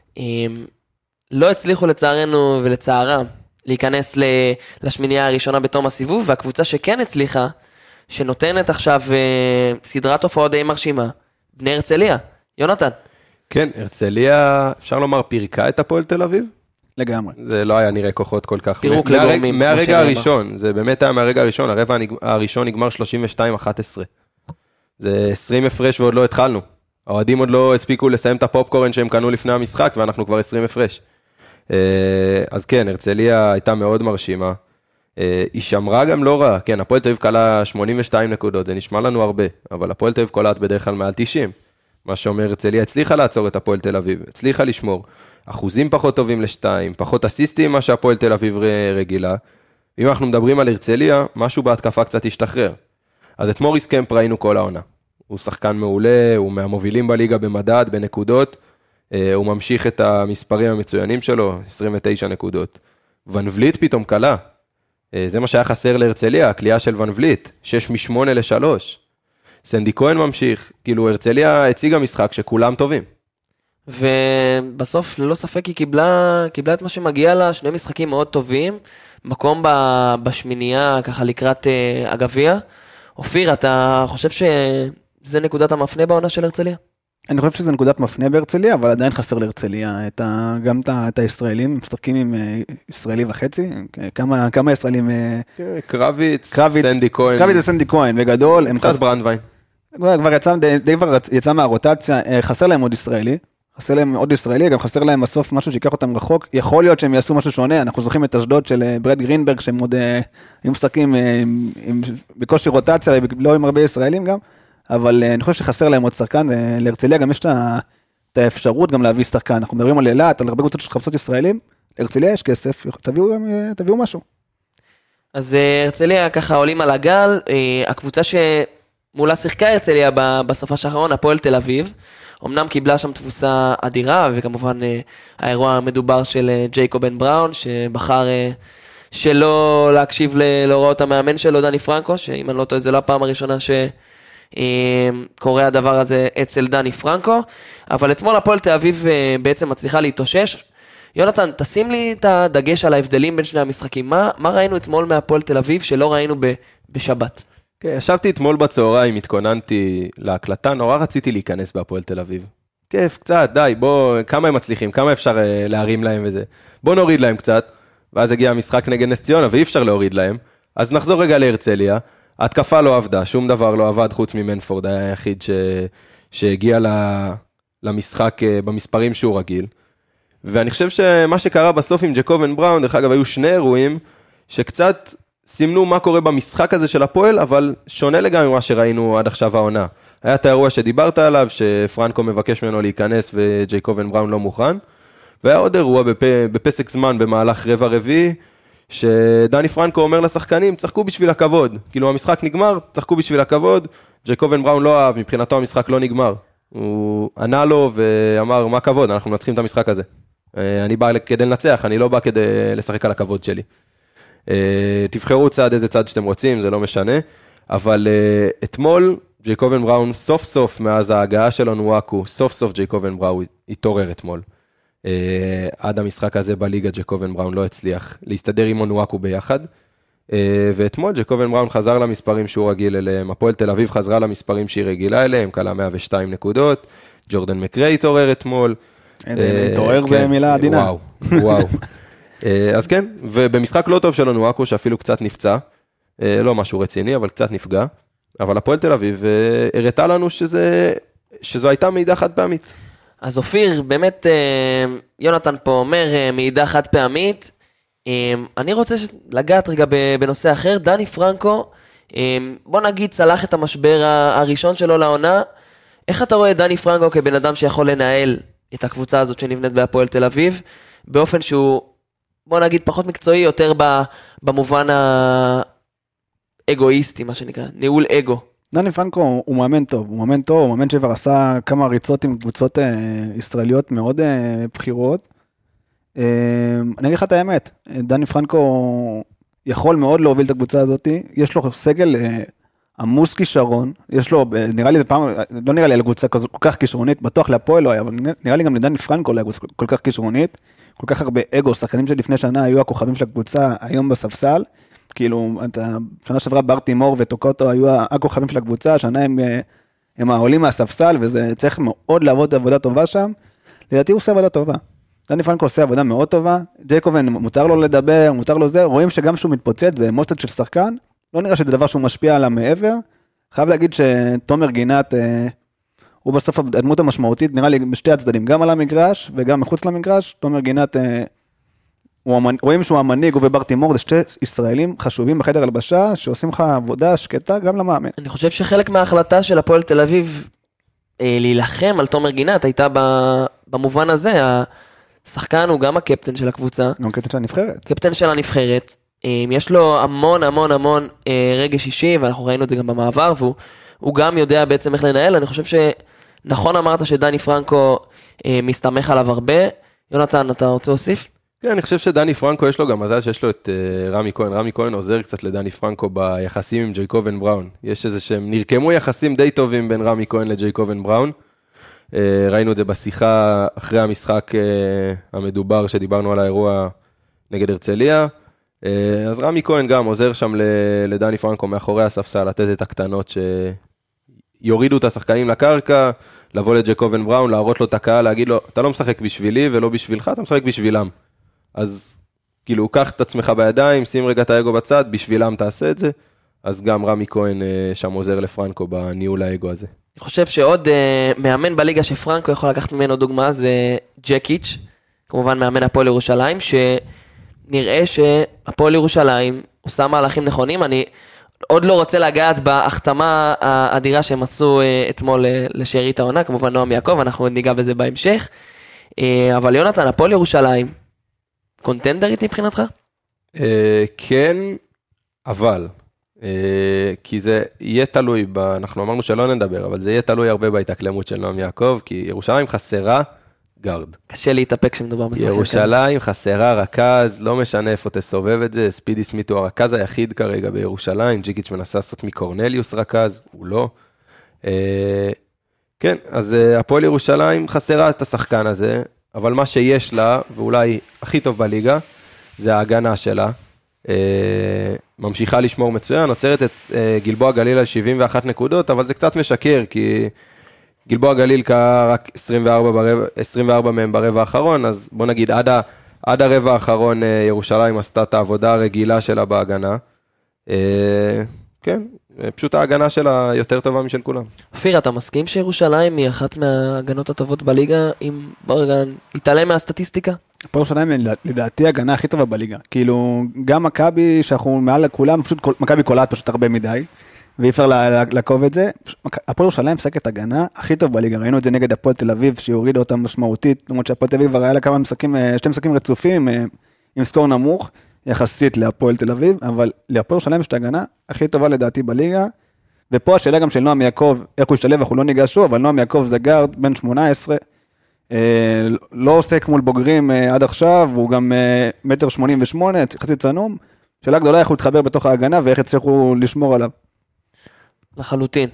לא הצליחו לצערנו ולצערם, להיכנס לשמינייה הראשונה בתום הסיבוב, והקבוצה שכן הצליחה, שנותנת עכשיו סדרת הופעות די מרשימה, בני הרצליה. יונתן. כן, הרצליה, אפשר לומר, פירקה את הפועל תל אביב? לגמרי. זה לא היה נראה כוחות כל כך. פירוק לגורמים. מהרגע הראשון, זה באמת היה מהרגע הראשון, הרבע הראשון נגמר 32-11. זה 20 הפרש ועוד לא התחלנו. האוהדים עוד לא הספיקו לסיים את הפופקורן שהם קנו לפני המשחק, ואנחנו כבר 20 הפרש. אז כן, הרצליה הייתה מאוד מרשימה. היא שמרה גם לא רע. כן, הפועל תל אביב קלה 82 נקודות, זה נשמע לנו הרבה, אבל הפועל תל אביב קולעת בדרך כלל מעל 90. מה שאומר, הרצליה הצליחה לעצור את הפועל תל אביב, הצליחה לשמור. אחוזים פחות טובים לשתיים, פחות אסיסטים מה שהפועל תל אביב רגילה. ואם אנחנו מדברים על הרצליה, משהו בהתקפה קצת השתחרר. אז את מוריס קמפ ראינו כל העונה. הוא שחקן מעולה, הוא מהמובילים בליגה במדד, בנקודות. הוא ממשיך את המספרים המצוינים שלו, 29 נקודות. ון וליט פתאום קלה. זה מה שהיה חסר להרצליה, הקליעה של ון וליט, 6-8 ל-3. סנדי כהן ממשיך, כאילו הרצליה הציגה משחק שכולם טובים. ובסוף ללא ספק היא קיבלה את מה שמגיע לה, שני משחקים מאוד טובים, מקום בשמינייה ככה לקראת הגביע. אופיר, אתה חושב שזה נקודת המפנה בעונה של הרצליה? אני חושב שזה נקודת מפנה בהרצליה, אבל עדיין חסר להרצליה גם את הישראלים, משחקים עם ישראלי וחצי, כמה ישראלים? קרביץ, סנדי כהן. קרביץ וסנדי כהן, בגדול. קצת ברנדווין. כבר יצא מהרוטציה, חסר להם עוד ישראלי, גם חסר להם בסוף משהו שיקח אותם רחוק, יכול להיות שהם יעשו משהו שונה, אנחנו זוכרים את אשדוד של ברד גרינברג, שהם עוד היו משחקים בקושי רוטציה, לא עם הרבה ישראלים גם, אבל אני חושב שחסר להם עוד שחקן, ולהרצליה גם יש את האפשרות גם להביא שחקן, אנחנו מדברים על אילת, על הרבה קבוצות שחפשות ישראלים, להרצליה יש כסף, תביאו משהו. אז הרצליה ככה עולים על הגל, הקבוצה שמולה שיחקה הרצליה בסופה האחרון, הפועל תל אביב, אמנם קיבלה שם תפוסה אדירה, וכמובן האירוע המדובר של ג'ייקוב בן בראון, שבחר שלא להקשיב להוראות המאמן שלו, דני פרנקו, שאם אני לא טועה, זה לא הפעם הראשונה שקורה הדבר הזה אצל דני פרנקו, אבל אתמול הפועל תל אביב בעצם מצליחה להתאושש. יונתן, תשים לי את הדגש על ההבדלים בין שני המשחקים. מה ראינו אתמול מהפועל תל אביב שלא ראינו בשבת? כן, ישבתי אתמול בצהריים, התכוננתי להקלטה, נורא רציתי להיכנס בהפועל תל אביב. כיף, קצת, די, בוא, כמה הם מצליחים, כמה אפשר להרים להם וזה. בוא נוריד להם קצת, ואז הגיע המשחק נגד נס ציונה, ואי אפשר להוריד להם. אז נחזור רגע להרצליה. ההתקפה לא עבדה, שום דבר לא עבד, חוץ ממנפורד, היה היחיד שהגיע למשחק במספרים שהוא רגיל. ואני חושב שמה שקרה בסוף עם ג'קובן בראון, דרך אגב, היו שני אירועים, שקצת סימנו מה קורה במשחק הזה של הפועל, אבל שונה לגמרי ממה שראינו עד עכשיו העונה. היה את האירוע שדיברת עליו, שפרנקו מבקש ממנו להיכנס וג'ייקובן בראון לא מוכן, והיה עוד אירוע בפסק זמן במהלך רבע רביעי, שדני פרנקו אומר לשחקנים, צחקו בשביל הכבוד. כאילו המשחק נגמר, צחקו בשביל הכבוד, ג'ייקובן בראון לא אהב, מבחינתו המשחק לא נגמר. הוא ענה לו ואמר, מה כבוד, אנחנו מנצחים את המשחק הזה. אני בא כדי לנצח, אני לא בא כדי לשחק על הכבוד שלי. תבחרו צעד איזה צעד שאתם רוצים, זה לא משנה, אבל אתמול ג'ייקובן בראון סוף סוף מאז ההגעה של אונואקו, סוף סוף ג'ייקובן בראון התעורר אתמול. עד המשחק הזה בליגה ג'ייקובן בראון לא הצליח להסתדר עם אונואקו ביחד, ואתמול ג'ייקובן בראון חזר למספרים שהוא רגיל אליהם, הפועל תל אביב חזרה למספרים שהיא רגילה אליהם, קלה 102 נקודות, ג'ורדן מקריי התעורר אתמול. התעורר זה מילה עדינה. וואו. אז כן, ובמשחק לא טוב של אונואקו, שאפילו קצת נפצע, לא משהו רציני, אבל קצת נפגע, אבל הפועל תל אביב הראתה לנו שזו הייתה מידע חד פעמית. אז אופיר, באמת, יונתן פה אומר מידע חד פעמית, אני רוצה לגעת רגע בנושא אחר, דני פרנקו, בוא נגיד צלח את המשבר הראשון שלו לעונה, איך אתה רואה דני פרנקו כבן אדם שיכול לנהל את הקבוצה הזאת שנבנית בהפועל תל אביב, באופן שהוא, בוא נגיד, פחות מקצועי, יותר במובן האגואיסטי, מה שנקרא, ניהול אגו. דני פרנקו הוא מאמן טוב, הוא מאמן שכבר עשה כמה ריצות עם קבוצות ישראליות מאוד בחירות. אני אגיד לך את האמת, דני פרנקו יכול מאוד להוביל את הקבוצה הזאת, יש לו סגל עמוס כישרון, יש לו, נראה לי זה פעם, לא נראה לי על קבוצה כל כך כישרונית, בטוח להפועל לא היה, אבל נראה לי גם לדני פרנקו לא היה כל כך כישרונית, כל כך הרבה אגו, שחקנים שלפני שנה היו הכוכבים של הקבוצה, היום בספסל, כאילו, שנה שעברה ברטי מור וטוקוטו היו הכוכבים של הקבוצה, שנה הם העולים מהספסל, וזה צריך מאוד לעבוד עבודה טובה שם, לדעתי הוא עושה עבודה טובה. דני פרנקו עושה עבודה מאוד טובה, ג'ייקובן מותר לו לדבר, מותר לו זה, רואים שגם שהוא מתפוצץ, זה אמוציות של שחקן, לא נראה שזה דבר שהוא משפיע עליו מעבר, חייב להגיד שתומר גינת, הוא בסוף הדמות המשמעותית, נראה לי בשתי הצדדים, גם על המגרש וגם מחוץ למגרש, תומר גינת, רואים שהוא המנהיג, הוא וברטי מור, זה שתי ישראלים חשובים בחדר הלבשה, שעושים לך עבודה שקטה גם למאמן. אני חושב שחלק מההחלטה של הפועל תל אביב, להילחם על תומר גינת, הייתה במובן הזה, השחקן הוא גם הקפטן של הקבוצה. גם קפטן של הנבחרת. קפטן של הנבחרת. יש לו המון המון המון רגש אישי, ואנחנו ראינו את זה גם במעבר, והוא גם יודע בעצם איך לנהל. אני חושב שנכון אמרת שדני פרנקו מסתמך עליו הרבה. יונתן, אתה רוצה להוסיף? כן, אני חושב שדני פרנקו יש לו גם מזל שיש לו את רמי כהן. רמי כהן עוזר קצת לדני פרנקו ביחסים עם ג'ייקובן בראון. יש איזה שהם נרקמו יחסים די טובים בין רמי כהן לג'ייקובן בראון. ראינו את זה בשיחה אחרי המשחק המדובר שדיברנו על האירוע נגד הרצליה. אז רמי כהן גם עוזר שם לדני פרנקו מאחורי הספסל, לתת את הקטנות שיורידו את השחקנים לקרקע, לבוא לג'ייקובן בראון, להראות לו את הקהל, להגיד לו, אתה לא משחק בשבילי ולא בשבילך, אתה משחק בשבילם. אז כאילו, קח את עצמך בידיים, שים רגע את האגו בצד, בשבילם תעשה את זה. אז גם רמי כהן שם עוזר לפרנקו בניהול האגו הזה. אני חושב שעוד מאמן בליגה שפרנקו יכול לקחת ממנו דוגמה, זה ג'קיץ', כמובן מאמן הפועל ירושלים, שנראה שהפועל ירושלים עושה מהלכים נכונים. אני עוד לא רוצה לגעת בהחתמה האדירה שהם עשו אתמול לשארית העונה, כמובן נועם יעקב, אנחנו עוד ניגע בזה בהמשך. אבל יונתן, הפועל ירושלים, קונטנדרית מבחינתך? כן, אבל, כי זה יהיה תלוי, אנחנו אמרנו שלא נדבר, אבל זה יהיה תלוי הרבה בהתאקלמות של נועם יעקב, כי ירושלים חסרה גארד. קשה להתאפק כשמדובר בשחקן כזה. ירושלים חסרה רכז, לא משנה איפה תסובב את זה, ספידי סמית הוא הרכז היחיד כרגע בירושלים, ג'יקיץ' מנסה לעשות מקורנליוס רכז, הוא לא. כן, אז הפועל ירושלים חסרה את השחקן הזה, אבל מה שיש לה, ואולי הכי טוב בליגה, זה ההגנה שלה. ממשיכה לשמור מצוין, נוצרת את גלבוע גליל על 71 נקודות, אבל זה קצת משקר, כי גלבוע גליל קרה רק 24 מהם ברבע האחרון, אז בוא נגיד, עד הרבע האחרון ירושלים עשתה את העבודה הרגילה שלה בהגנה. כן, פשוט ההגנה שלה יותר טובה משל כולם. אופיר, אתה מסכים שירושלים היא אחת מההגנות הטובות בליגה, אם ברגע נתעלם מהסטטיסטיקה? הפועל ירושלים לדעתי ההגנה הכי טובה בליגה. כאילו, גם מכבי שאנחנו מעל לכולם, פשוט מכבי קולעת פשוט הרבה מדי, ואי אפשר לעקוב את זה. הפועל ירושלים משחקת הגנה הכי טוב בליגה. ראינו את זה נגד הפועל תל אביב, שהיא הורידה אותה משמעותית, למרות שהפועל תל אביב כבר היה לה כמה משחקים, 2 משחקים רצופים, עם סקור נמוך, יחסית להפועל תל אביב, אבל להפועל ירושלים יש את ההגנה הכי טובה לדעתי בליגה, ופה השאלה גם של נועם יעקב, איך הוא ישתלב, אנחנו לא ניגש שוב, אבל נועם יעקב זה גארד, בן 18, לא עוסק מול בוגרים עד עכשיו, הוא גם 1.88 מטר, חצי צנום, שאלה גדולה איך הוא יתחבר בתוך ההגנה, ואיך יצליחו לשמור עליו. לחלוטין.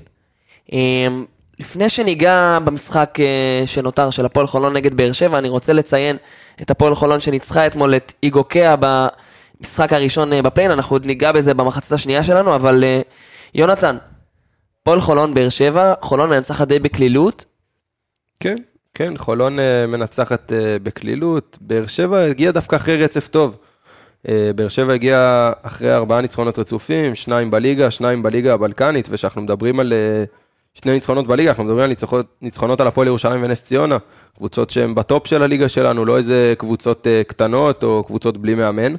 לפני שניגע במשחק שנותר של הפועל חולון נגד באר שבע, אני רוצה לציין את הפועל חולון שניצחה אתמול את איגוקיה במשחק הראשון בפליין, אנחנו עוד ניגע בזה במחצית השנייה שלנו, אבל יונתן, הפועל חולון באר שבע, חולון מנצחת די בקלילות. כן, כן, חולון מנצחת בקלילות, באר שבע הגיעה דווקא אחרי רצף טוב. באר שבע הגיעה אחרי 4 ניצחונות רצופים, 2 בליגה, 2 בליגה הבלקנית, ושאנחנו מדברים על 2 ניצחונות בליגה, אנחנו מדברים על ניצחונות על הפועל ירושלים ונס ציונה, קבוצות שהן בטופ של הליגה שלנו, לא איזה קבוצות קטנות או קבוצות בלי מאמן.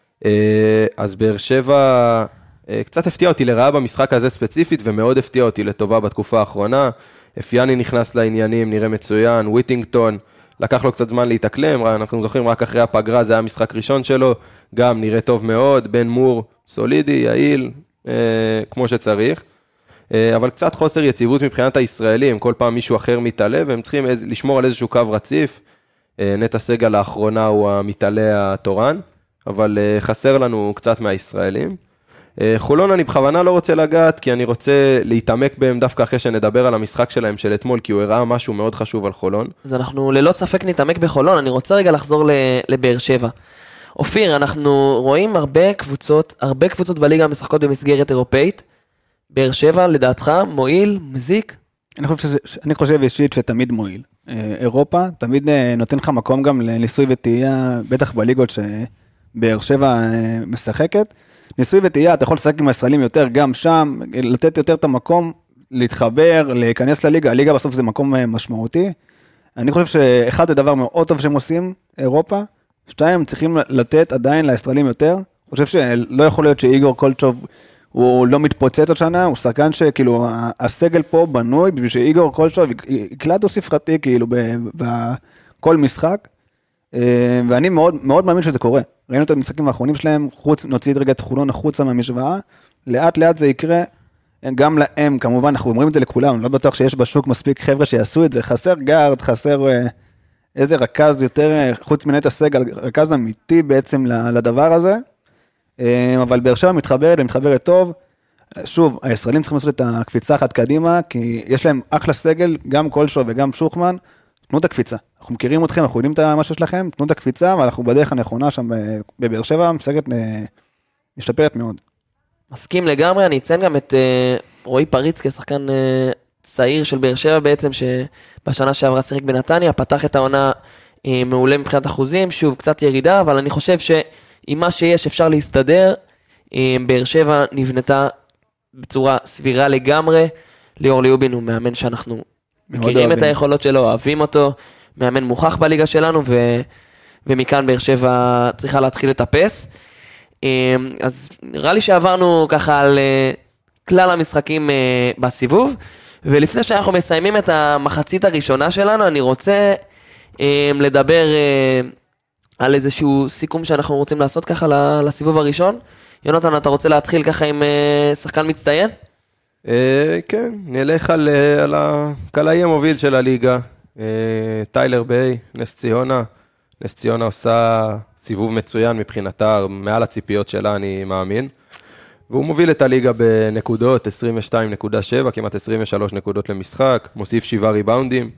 אז באר שבע קצת הפתיע אותי לרעה במשחק הזה ספציפית, ומאוד הפתיע אותי לטובה בתקופה האחרונה. אפיאני נכנס לעניינים, נראה מצוין, וויטינגטון, לקח לו קצת זמן להתאקלם, אנחנו זוכרים רק אחרי הפגרה, זה היה המשחק ראשון שלו, גם נראה טוב מאוד, בן מור סולידי, יעיל, כמו שצריך. אבל קצת חוסר יציבות מבחינת הישראלים, כל פעם מישהו אחר מתעלה, והם צריכים לשמור על איזשהו קו רציף. נטע סגל לאחרונה הוא המתעלה התורן, אבל חסר לנו קצת מהישראלים. חולון אני בכוונה לא רוצה לגעת, כי אני רוצה להתעמק בהם דווקא אחרי שנדבר על המשחק שלהם של אתמול, כי הוא הראה משהו מאוד חשוב על חולון. אז אנחנו ללא ספק נתעמק בחולון, אני רוצה רגע לחזור לבאר שבע. אופיר, אנחנו רואים הרבה קבוצות בליגה משחקות במסגרת אירופאית. באר שבע, לדעתך, מועיל, מזיק? אני חושב אישית שתמיד מועיל. אירופה תמיד נותן לך מקום גם לניסוי וטעייה, בטח בליגות שבאר שבע משחקת. ניסוי וטעייה, אתה יכול לשחק עם הישראלים יותר, גם שם, לתת יותר את המקום, להתחבר, להיכנס לליגה. הליגה בסוף זה מקום משמעותי. אני חושב שאחד זה דבר מאוד טוב שהם עושים, אירופה. 2, צריכים לתת עדיין לישראלים יותר. אני חושב שלא יכול להיות שאיגור קולצ'וב הוא לא מתפוצץ השנה, הוא שחקן שכאילו הסגל פה בנוי, בשביל שאיגור קולצ'וב יקלט הוא ספרתי כאילו בכל משחק, ואני מאוד, מאוד מאמין שזה קורה. ראינו את המשחקים האחרונים שלהם, נוציא את רגע את חולון החוצה מהמשוואה, לאט לאט זה יקרה, גם להם כמובן, אנחנו אומרים את זה לכולם, אני לא בטוח שיש בשוק מספיק חבר'ה שיעשו את זה, חסר גארד, חסר איזה רכז יותר, חוץ מנטע סגל, רכז אמיתי בעצם לדבר הזה, אבל באר שבע מתחברת טוב. שוב, הישראלים צריכים לעשות את הקפיצה אחת קדימה, כי יש להם אחלה סגל, גם קולשו וגם שוחמן, תנו את הקפיצה. אנחנו מכירים אתכם, אנחנו יודעים את המשהו שלכם, תנו את הקפיצה, ואנחנו בדרך הנכונה שם בבאר שבע, משתפרת מאוד. מסכים לגמרי, אני אציין גם את רועי פריץ כשחקן צעיר של באר שבע בעצם, שבשנה שעברה שיחק בנתניה, פתח את העונה מעולה מבחינת אחוזים, שוב, קצת ירידה, אבל אני חושב עם מה שיש אפשר להסתדר. באר שבע נבנתה בצורה סבירה לגמרי. ליאור ליובין הוא מאמן שאנחנו מכירים את היכולות שלו, אוהבים אותו, מאמן מוכח בליגה שלנו, ומכאן באר שבע צריכה להתחיל לטפס. אז נראה לי שעברנו ככה על כלל המשחקים בסיבוב, ולפני שאנחנו מסיימים את המחצית הראשונה שלנו, אני רוצה לדבר על איזשהו סיכום שאנחנו רוצים לעשות ככה לסיבוב הראשון. יונתן, אתה רוצה להתחיל ככה עם שחקן מצטיין? כן, נלך על הקלעי המוביל של הליגה, טיילר ביי, נס ציונה. נס ציונה עושה סיבוב מצוין מבחינתה, מעל הציפיות שלה אני מאמין. והוא מוביל את הליגה בנקודות, 22.7, כמעט 23 נקודות למשחק, מוסיף 7 ריבאונדים.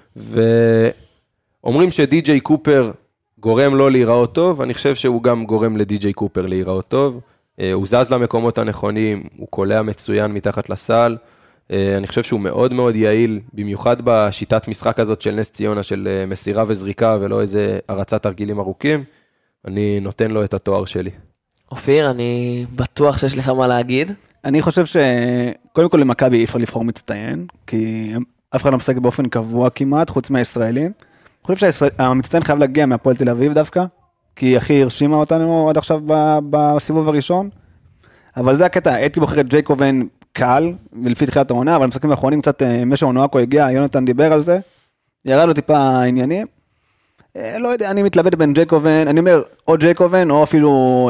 ואומרים שדי.ג'יי קופר גורם לו להיראות טוב, אני חושב שהוא גם גורם לדי.ג'יי קופר להיראות טוב. הוא זז למקומות הנכונים, הוא קולע מצוין מתחת לסל, אני חושב שהוא מאוד מאוד יעיל, במיוחד בשיטת משחק הזאת של נס ציונה, של מסירה וזריקה, ולא איזה הרצת תרגילים ארוכים. אני נותן לו את התואר שלי. אופיר, אני בטוח שיש לך מה להגיד. אני חושב שקודם כל למכבי אי אפשר לבחור מצטיין, כי אף אחד לא משחק באופן קבוע כמעט, חוץ מהישראלים. אני חושב שהמצטיין חייב להגיע מהפועל תל אביב דווקא, כי הכי הרשימה אותנו עד עכשיו בסיבוב הראשון. אבל זה הקטע, הייתי בוחר את ג'ייקובן קל, ולפי תחילת העונה, אבל המשחקים האחרונים קצת, משהו נואקו הגיע, יונתן דיבר על זה, ירד לו טיפה עניינים. לא יודע, אני מתלבט בין ג'ייקובן, אני אומר, או ג'ייקובן, או אפילו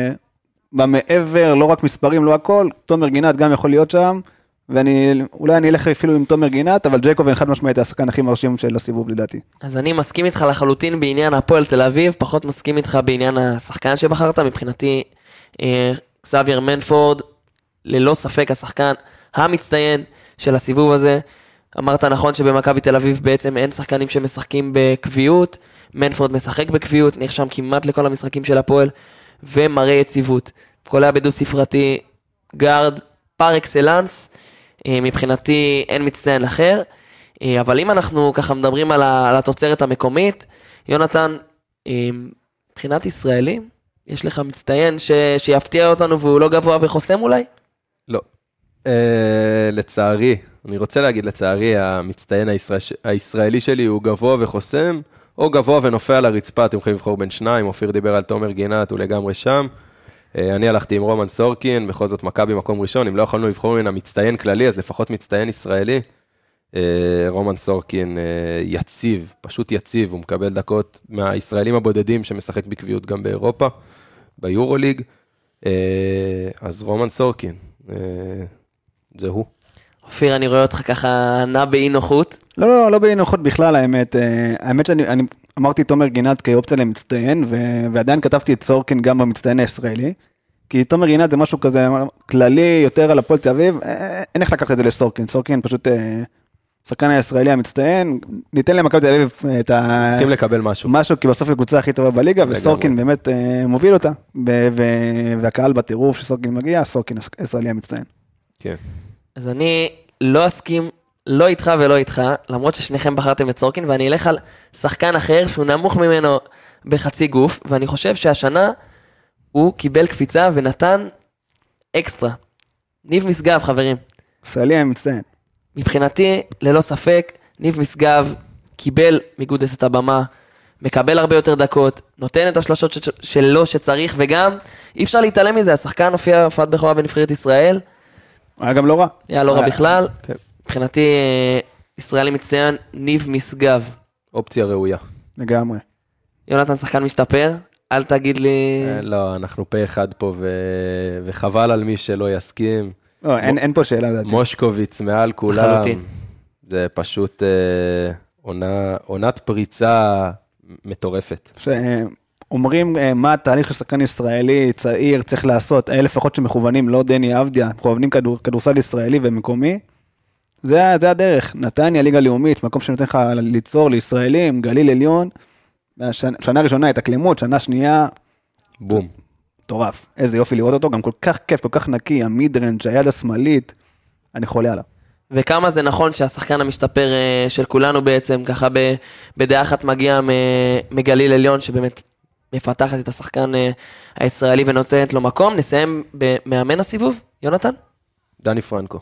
במעבר, לא רק מספרים, לא הכל, תומר גינת גם יכול להיות שם, ואולי אני אלך אפילו עם תומר גינת, אבל ג'ייקובן חד משמעית השחקן הכי מרשים של הסיבוב לדעתי. אז אני מסכים איתך לחלוטין בעניין הפועל תל אביב, פחות מסכים איתך בעניין השחקן שבחרת, מבחינתי קסאבייר מנפורד, ללא ספק השחקן המצטיין של הסיבוב הזה. אמרת נכון שבמכבי תל אביב בעצם אין שחקנים שמשחקים בקביעות, מנפורד משחק בקביעות, נחשם כמעט לכל המשחקים של הפועל, ומראה יציבות. קולע בדו ספרתי, גארד, פר אקסלנס, מבחינתי אין מצטיין אחר, אבל אם אנחנו ככה מדברים על התוצרת המקומית, יונתן, מבחינת ישראלים, יש לך מצטיין שיפתיע אותנו והוא לא גבוה וחוסם אולי? לא. לצערי, אני רוצה להגיד לצערי, המצטיין הישראלי שלי הוא גבוה וחוסם, או גבוה ונופע על הרצפה, אתם יכולים לבחור בין שניים, אופיר דיבר על תומר גינת, הוא לגמרי שם. אני הלכתי עם רומן סורקין, בכל זאת מכבי מקום ראשון, אם לא יכולנו לבחור מן המצטיין כללי, אז לפחות מצטיין ישראלי. רומן סורקין יציב, פשוט יציב, הוא מקבל דקות מהישראלים הבודדים שמשחק בקביעות גם באירופה, ביורוליג. אז רומן סורקין, זה הוא. אופיר, אני רואה אותך ככה נע באי נוחות. לא באי נוחות בכלל, האמת שאני אמרתי תומר גינת כאופציה למצטיין, ועדיין כתבתי את סורקין גם במצטיין הישראלי, כי תומר גינת זה משהו כזה כללי יותר על הפועל תל אביב, אין איך לקחת את זה לסורקין, סורקין פשוט שחקן הישראלי המצטיין, ניתן למכבי תל אביב את צריכים לקבל משהו. משהו, כי בסוף הקבוצה הכי טובה בליגה, וסורקין באמת מוביל אותה, והקהל בטירוף שסורקין מגיע, סורקין הישראלי המצטיין. כן. אז אני לא אסכים, לא איתך ולא איתך, למרות ששניכם בחרתם את סורקין, ואני אלך על שחקן אחר שהוא נמוך ממנו בחצי גוף, ואני חושב שהשנה הוא קיבל קפיצה ונתן אקסטרה. ניב משגב, חברים. ישראלי המצטיין. מבחינתי, ללא ספק, ניב משגב קיבל מגודס את הבמה, מקבל הרבה יותר דקות, נותן את השלושות שלו שצריך, וגם אי אפשר להתעלם מזה, השחקן הופיע הופעת בכורה בנבחרת ישראל, היה גם לא רע. היה לא רע בכלל. מבחינתי, ישראלי מצטיין, ניב משגב. אופציה ראויה. לגמרי. יונתן שחקן משתפר, אל תגיד לי... לא, אנחנו פה אחד פה, וחבל על מי שלא יסכים. לא, אין פה שאלה. מושקוביץ מעל כולם. לחלוטין. זה פשוט עונת פריצה מטורפת. אומרים מה התהליך של שחקן ישראלי צעיר צריך לעשות, לפחות שמכוונים, לא דני אבדיה, מכוונים כדורסל ישראלי ומקומי, זה הדרך. נתניה, ליגה לאומית, מקום שנותן לך ליצור לישראלים, גליל עליון, שנה ראשונה את הקלימות, שנה שנייה, בום. מטורף. איזה יופי לראות אותו, גם כל כך כיף, כל כך נקי, המידרנג', היד השמאלית, אני חולה עליו. וכמה זה נכון שהשחקן המשתפר של כולנו בעצם, ככה בדעה אחת מגיע מגליל עליון, שבאמת מפתחת את השחקן הישראלי ונותנת לו מקום. נסיים במאמן הסיבוב, יונתן? דני פרנקו.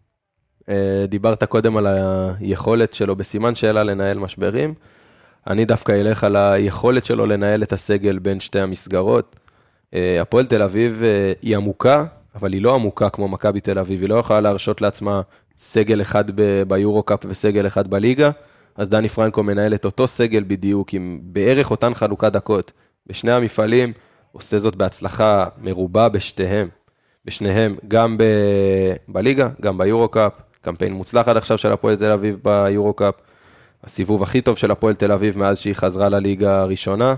דיברת קודם על היכולת שלו בסימן שאלה לנהל משברים. אני דווקא אלך על היכולת שלו לנהל את הסגל בין שתי המסגרות. הפועל תל אביב היא עמוקה, אבל היא לא עמוקה כמו מכבי תל אביב. היא לא יכולה להרשות לעצמה סגל אחד ביורו-קאפ וסגל אחד בליגה. אז דני פרנקו מנהל את אותו סגל בדיוק, עם בערך אותן חלוקת דקות. בשני המפעלים עושה זאת בהצלחה מרובה בשניהם, גם בליגה, גם ביורו-קאפ. קמפיין מוצלח עד עכשיו של הפועל תל אביב ביורו-קאפ. הסיבוב הכי טוב של הפועל תל אביב מאז שהיא חזרה לליגה הראשונה.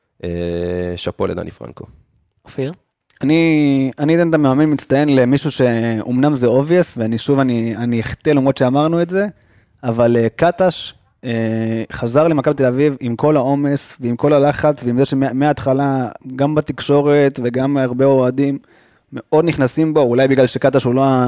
שפו לדני פרנקו. אופיר? אני אתן את המאמן מצטיין למישהו שאומנם זה obvious, ואני שוב אני אחטא למרות שאמרנו את זה, אבל קטש חזר למכבי תל אביב עם כל העומס ועם כל הלחץ, ועם זה שמההתחלה גם בתקשורת וגם הרבה אוהדים מאוד נכנסים בו, אולי בגלל שקטש הוא לא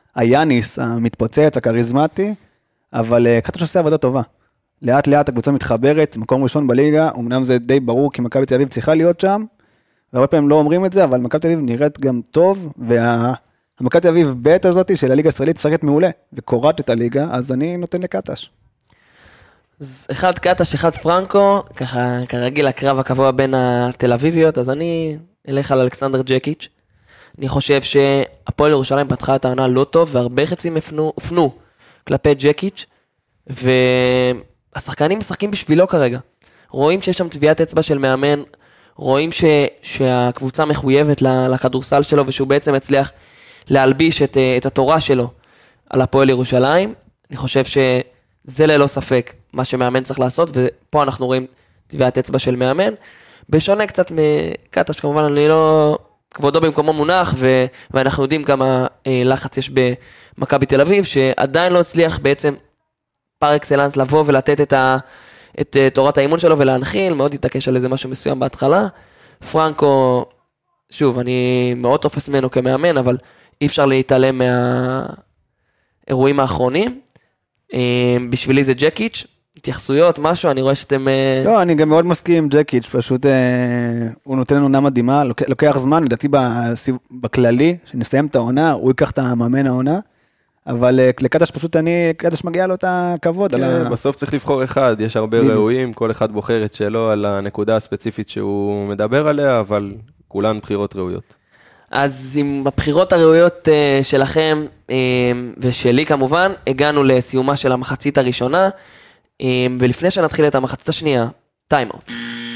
היאניס המתפוצץ, הכריזמטי, אבל קטש עושה עבודה טובה. לאט לאט הקבוצה מתחברת, מקום ראשון בליגה, אמנם זה די ברור כי מכבי תל אביב צריכה להיות שם, והרבה פעמים לא אומרים את זה, אבל מכבי תל אביב נראית גם טוב, והמכבי תל אביב ב' הזאת של הליגה הישראלית משחקת מעולה, וקוראת את הליגה, אז אני נותן לקטש. אז אחד קטש, אחד פרנקו, ככה כרגיל הקרב הקבוע בין התל אביביות, אז אני אלך על אלכסנדר ג'קיץ'. אני חושב שהפועל ירושלים פתחה את העונה לא טוב, והרבה חצים הופנו כלפי ג'קיץ', והשחקנים משחקים בשבילו כרגע. רואים שיש שם טביעת אצבע של מאמן, רואים שהקבוצה מחויבת לכדורסל שלו, ושהוא בעצם הצליח להלביש את התורה שלו על הפועל ירושלים. אני חושב שזה ללא ספק מה שמאמן צריך לעשות, ופה אנחנו רואים טביעת אצבע של מאמן. בשונה קצת מקטש, כמובן אני לא... כבודו במקומו מונח, ואנחנו יודעים כמה לחץ יש במכבי תל אביב, שעדיין לא הצליח בעצם פר אקסלנס לבוא ולתת את תורת האימון שלו ולהנחיל, מאוד התעקש על איזה משהו מסוים בהתחלה. פרנקו, שוב, אני מאוד תופס ממנו כמאמן, אבל אי אפשר להתעלם מהאירועים האחרונים. בשבילי זה ג'קיץ', התייחסויות, משהו, אני רואה שאתם... לא, אני גם מאוד מסכים עם ג'קיץ', פשוט הוא נותן לנו עונה מדהימה, לוקח זמן, לדעתי בכללי, שנסיים את העונה, הוא ייקח את המאמן העונה, אבל לקטש פשוט קטש מגיע לו את הכבוד. בסוף צריך לבחור אחד, יש הרבה ראויים, כל אחד בוחר את שלו על הנקודה הספציפית שהוא מדבר עליה, אבל כולן בחירות ראויות. אז עם הבחירות הראויות שלכם, ושלי כמובן, הגענו לסיומה של המחצית הראשונה, ולפני שנתחיל את המחצית השנייה, טיימאוט.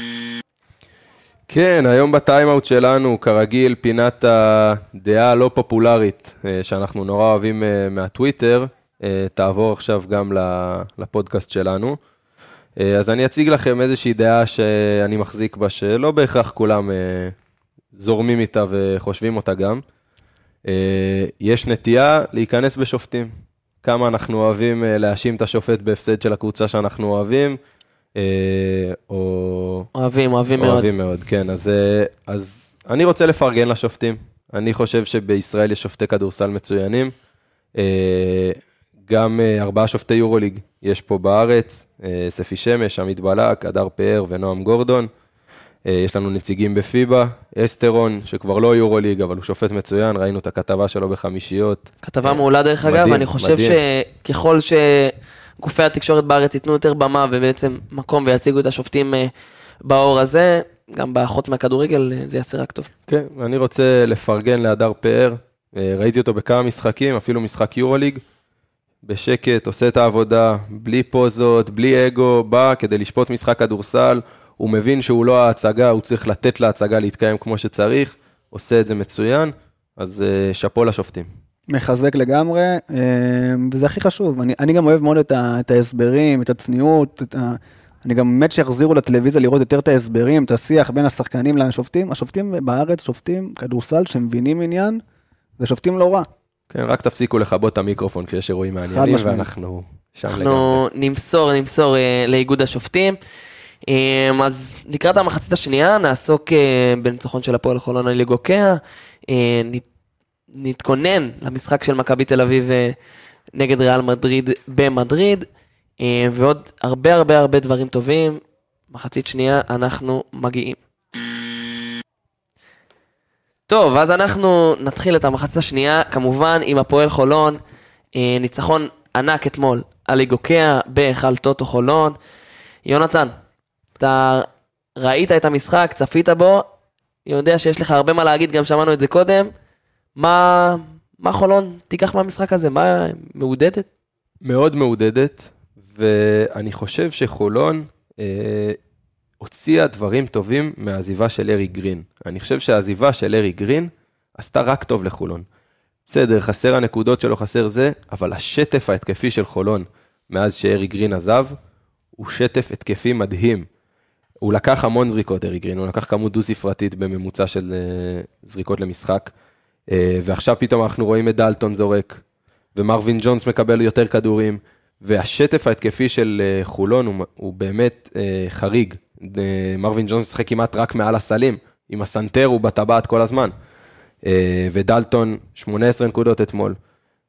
כן, היום בטיימאוט שלנו, כרגיל, פינת הדעה הלא פופולרית, שאנחנו נורא אוהבים מהטוויטר, תעבור עכשיו גם לפודקאסט שלנו. אז אני אציג לכם איזושהי דעה שאני מחזיק בה, שלא בהכרח כולם זורמים איתה וחושבים אותה גם. יש נטייה להיכנס בשופטים. כמה אנחנו אוהבים להאשים את השופט בהפסד של הקבוצה שאנחנו אוהבים, אוהבים מאוד. אוהבים מאוד, כן. אז אני רוצה לפרגן לשופטים. אני חושב שבישראל יש שופטי כדורסל מצוינים. גם 4 שופטי יורוליג יש פה בארץ, ספי שמש, עמית בלק, אדר פאר ונועם גורדון. יש לנו נציגים בפיבה, אסטרון, שכבר לא יורוליג, אבל הוא שופט מצוין, ראינו את הכתבה שלו בחמישיות. כתבה מעולה דרך אגב, ואני חושב שככל שגופי התקשורת בארץ ייתנו יותר במה, ובעצם מקום ויציגו את השופטים באור הזה, גם באחות מהכדורגל, זה יעשה רק טוב. כן, אני רוצה לפרגן לאדר פאר, ראיתי אותו בכמה משחקים, אפילו משחק יורוליג, בשקט, עושה את העבודה, בלי פוזות, בלי אגו, בא כדי לשפוט משחק כדורסל, הוא מבין שהוא לא ההצגה, הוא צריך לתת להצגה להתקיים כמו שצריך, עושה את זה מצוין, אז שפו לשופטים. מחזק לגמרי, וזה הכי חשוב. אני גם אוהב מאוד את ההסברים, את הצניעות, אני גם באמת שיחזירו לטלוויזיה לראות יותר את ההסברים, את השיח בין השחקנים לשופטים. השופטים בארץ שופטים כדורסל שמבינים עניין, ושופטים לא רע. כן, רק תפסיקו לכבות את המיקרופון כשיש אירועים מעניינים, ואנחנו שם לגמרי. אנחנו נמסור לאיגוד השופטים. אז לקראת המחצית השנייה נעסוק בניצחון של הפועל חולון על ליגוקיה, נתכונן למשחק של מכבי תל אביב נגד ריאל מדריד במדריד, ועוד הרבה דברים טובים. מחצית שנייה אנחנו מגיעים. טוב, אז אנחנו נתחיל את המחצית השנייה, כמובן עם הפועל חולון, ניצחון ענק אתמול על ליגוקיה בהיכל טוטו חולון. יונתן, אתה ראית את המשחק, צפית בו, יודע שיש לך הרבה מה להגיד, גם שמענו את זה קודם. מה חולון תיקח מהמשחק הזה? מה מעודדת? מאוד מעודדת, ואני חושב שחולון הוציאה דברים טובים מהעזיבה של ארי גרין. אני חושב שהעזיבה של ארי גרין עשתה רק טוב לחולון. בסדר, חסר הנקודות שלו, חסר זה, אבל השטף ההתקפי של חולון מאז שארי גרין עזב, הוא שטף התקפי מדהים. הוא לקח המון זריקות, ארי גרין, הוא לקח כמות דו-ספרתית בממוצע של זריקות למשחק, ועכשיו פתאום אנחנו רואים את דלטון זורק, ומרווין ג'ונס מקבל יותר כדורים, והשטף ההתקפי של חולון הוא באמת חריג. מרווין ג'ונס שחק כמעט רק מעל הסלים, עם הסנטר הוא בטבעת כל הזמן, ודלטון 18 נקודות אתמול,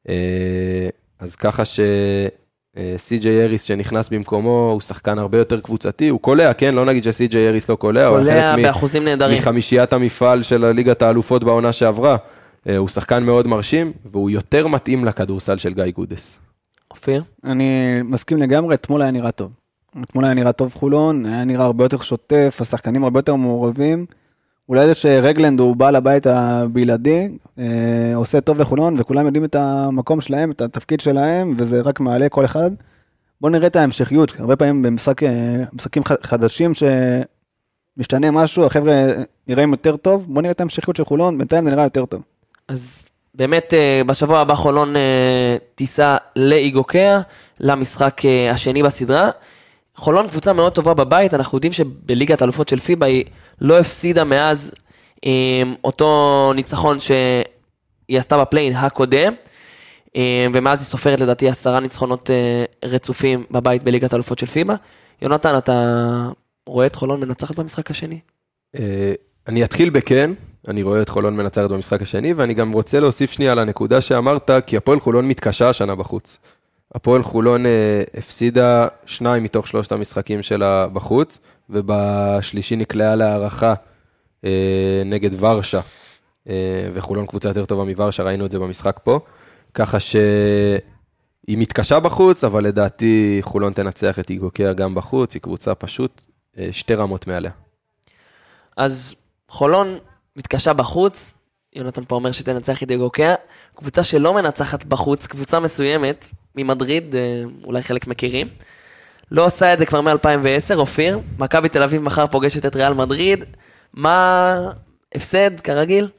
אז ככה סי.ג'יי אריס שנכנס במקומו, הוא שחקן הרבה יותר קבוצתי, הוא קולע, כן? לא נגיד שסי.ג'יי אריס לא קולע, קולע באחוזים נהדרים. מחמישיית המפעל של ליגת האלופות בעונה שעברה, הוא שחקן מאוד מרשים, והוא יותר מתאים לכדורסל של גיא גודס. אופיר? אני מסכים לגמרי, אתמול היה נראה טוב. אתמול היה נראה טוב חולון, היה נראה הרבה יותר שוטף, השחקנים הרבה יותר מעורבים. אולי זה שרגלנד הוא בעל הבית הבלעדי, עושה טוב לחולון, וכולם יודעים את המקום שלהם, את התפקיד שלהם, וזה רק מעלה כל אחד. בואו נראה את ההמשכיות, הרבה פעמים במשחקים חדשים שמשתנה משהו, החבר'ה נראים יותר טוב, בואו נראה את ההמשכיות של חולון, בינתיים זה נראה יותר טוב. אז באמת בשבוע הבא חולון טיסה לאיגוקיה, למשחק השני בסדרה. חולון קבוצה מאוד טובה בבית, אנחנו יודעים שבליגת האלופות של פיבה היא לא הפסידה מאז אותו ניצחון שהיא עשתה בפליין הקודם, ומאז היא סופרת לדעתי 10 ניצחונות רצופים בבית בליגת האלופות של פיבה. יונתן, אתה רואה את חולון מנצחת במשחק השני? אני אתחיל בכן, אני רואה את חולון מנצחת במשחק השני, ואני גם רוצה להוסיף שנייה על הנקודה שאמרת, כי הפועל חולון מתקשה השנה בחוץ. הפועל חולון הפסידה 2 מתוך 3 המשחקים שלה בחוץ, ובשלישי נקלעה להערכה נגד ורשה, וחולון קבוצה יותר טובה מוורשה, ראינו את זה במשחק פה, ככה שהיא מתקשה בחוץ, אבל לדעתי חולון תנצח את איגוקיה גם בחוץ, היא קבוצה פשוט 2 רמות מעליה. אז חולון מתקשה בחוץ, יונתן פה אומר שתנצח את איגוקיה, קבוצה שלא מנצחת בחוץ, קבוצה מסוימת ממדריד, אולי חלק מכירים, לא עושה את זה כבר מ-2010, אופיר, מכבי תל אביב מחר פוגשת את ריאל מדריד, מה הפסד כרגיל?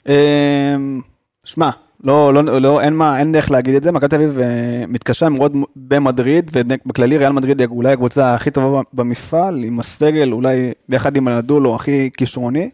שמע, אין דרך להגיד את זה, מכבי תל אביב מתקשה מאוד במדריד, ובכללי ריאל מדריד אולי הקבוצה הכי טובה במפעל, עם הסגל, אולי ביחד עם הנדולו הכי כישרוני.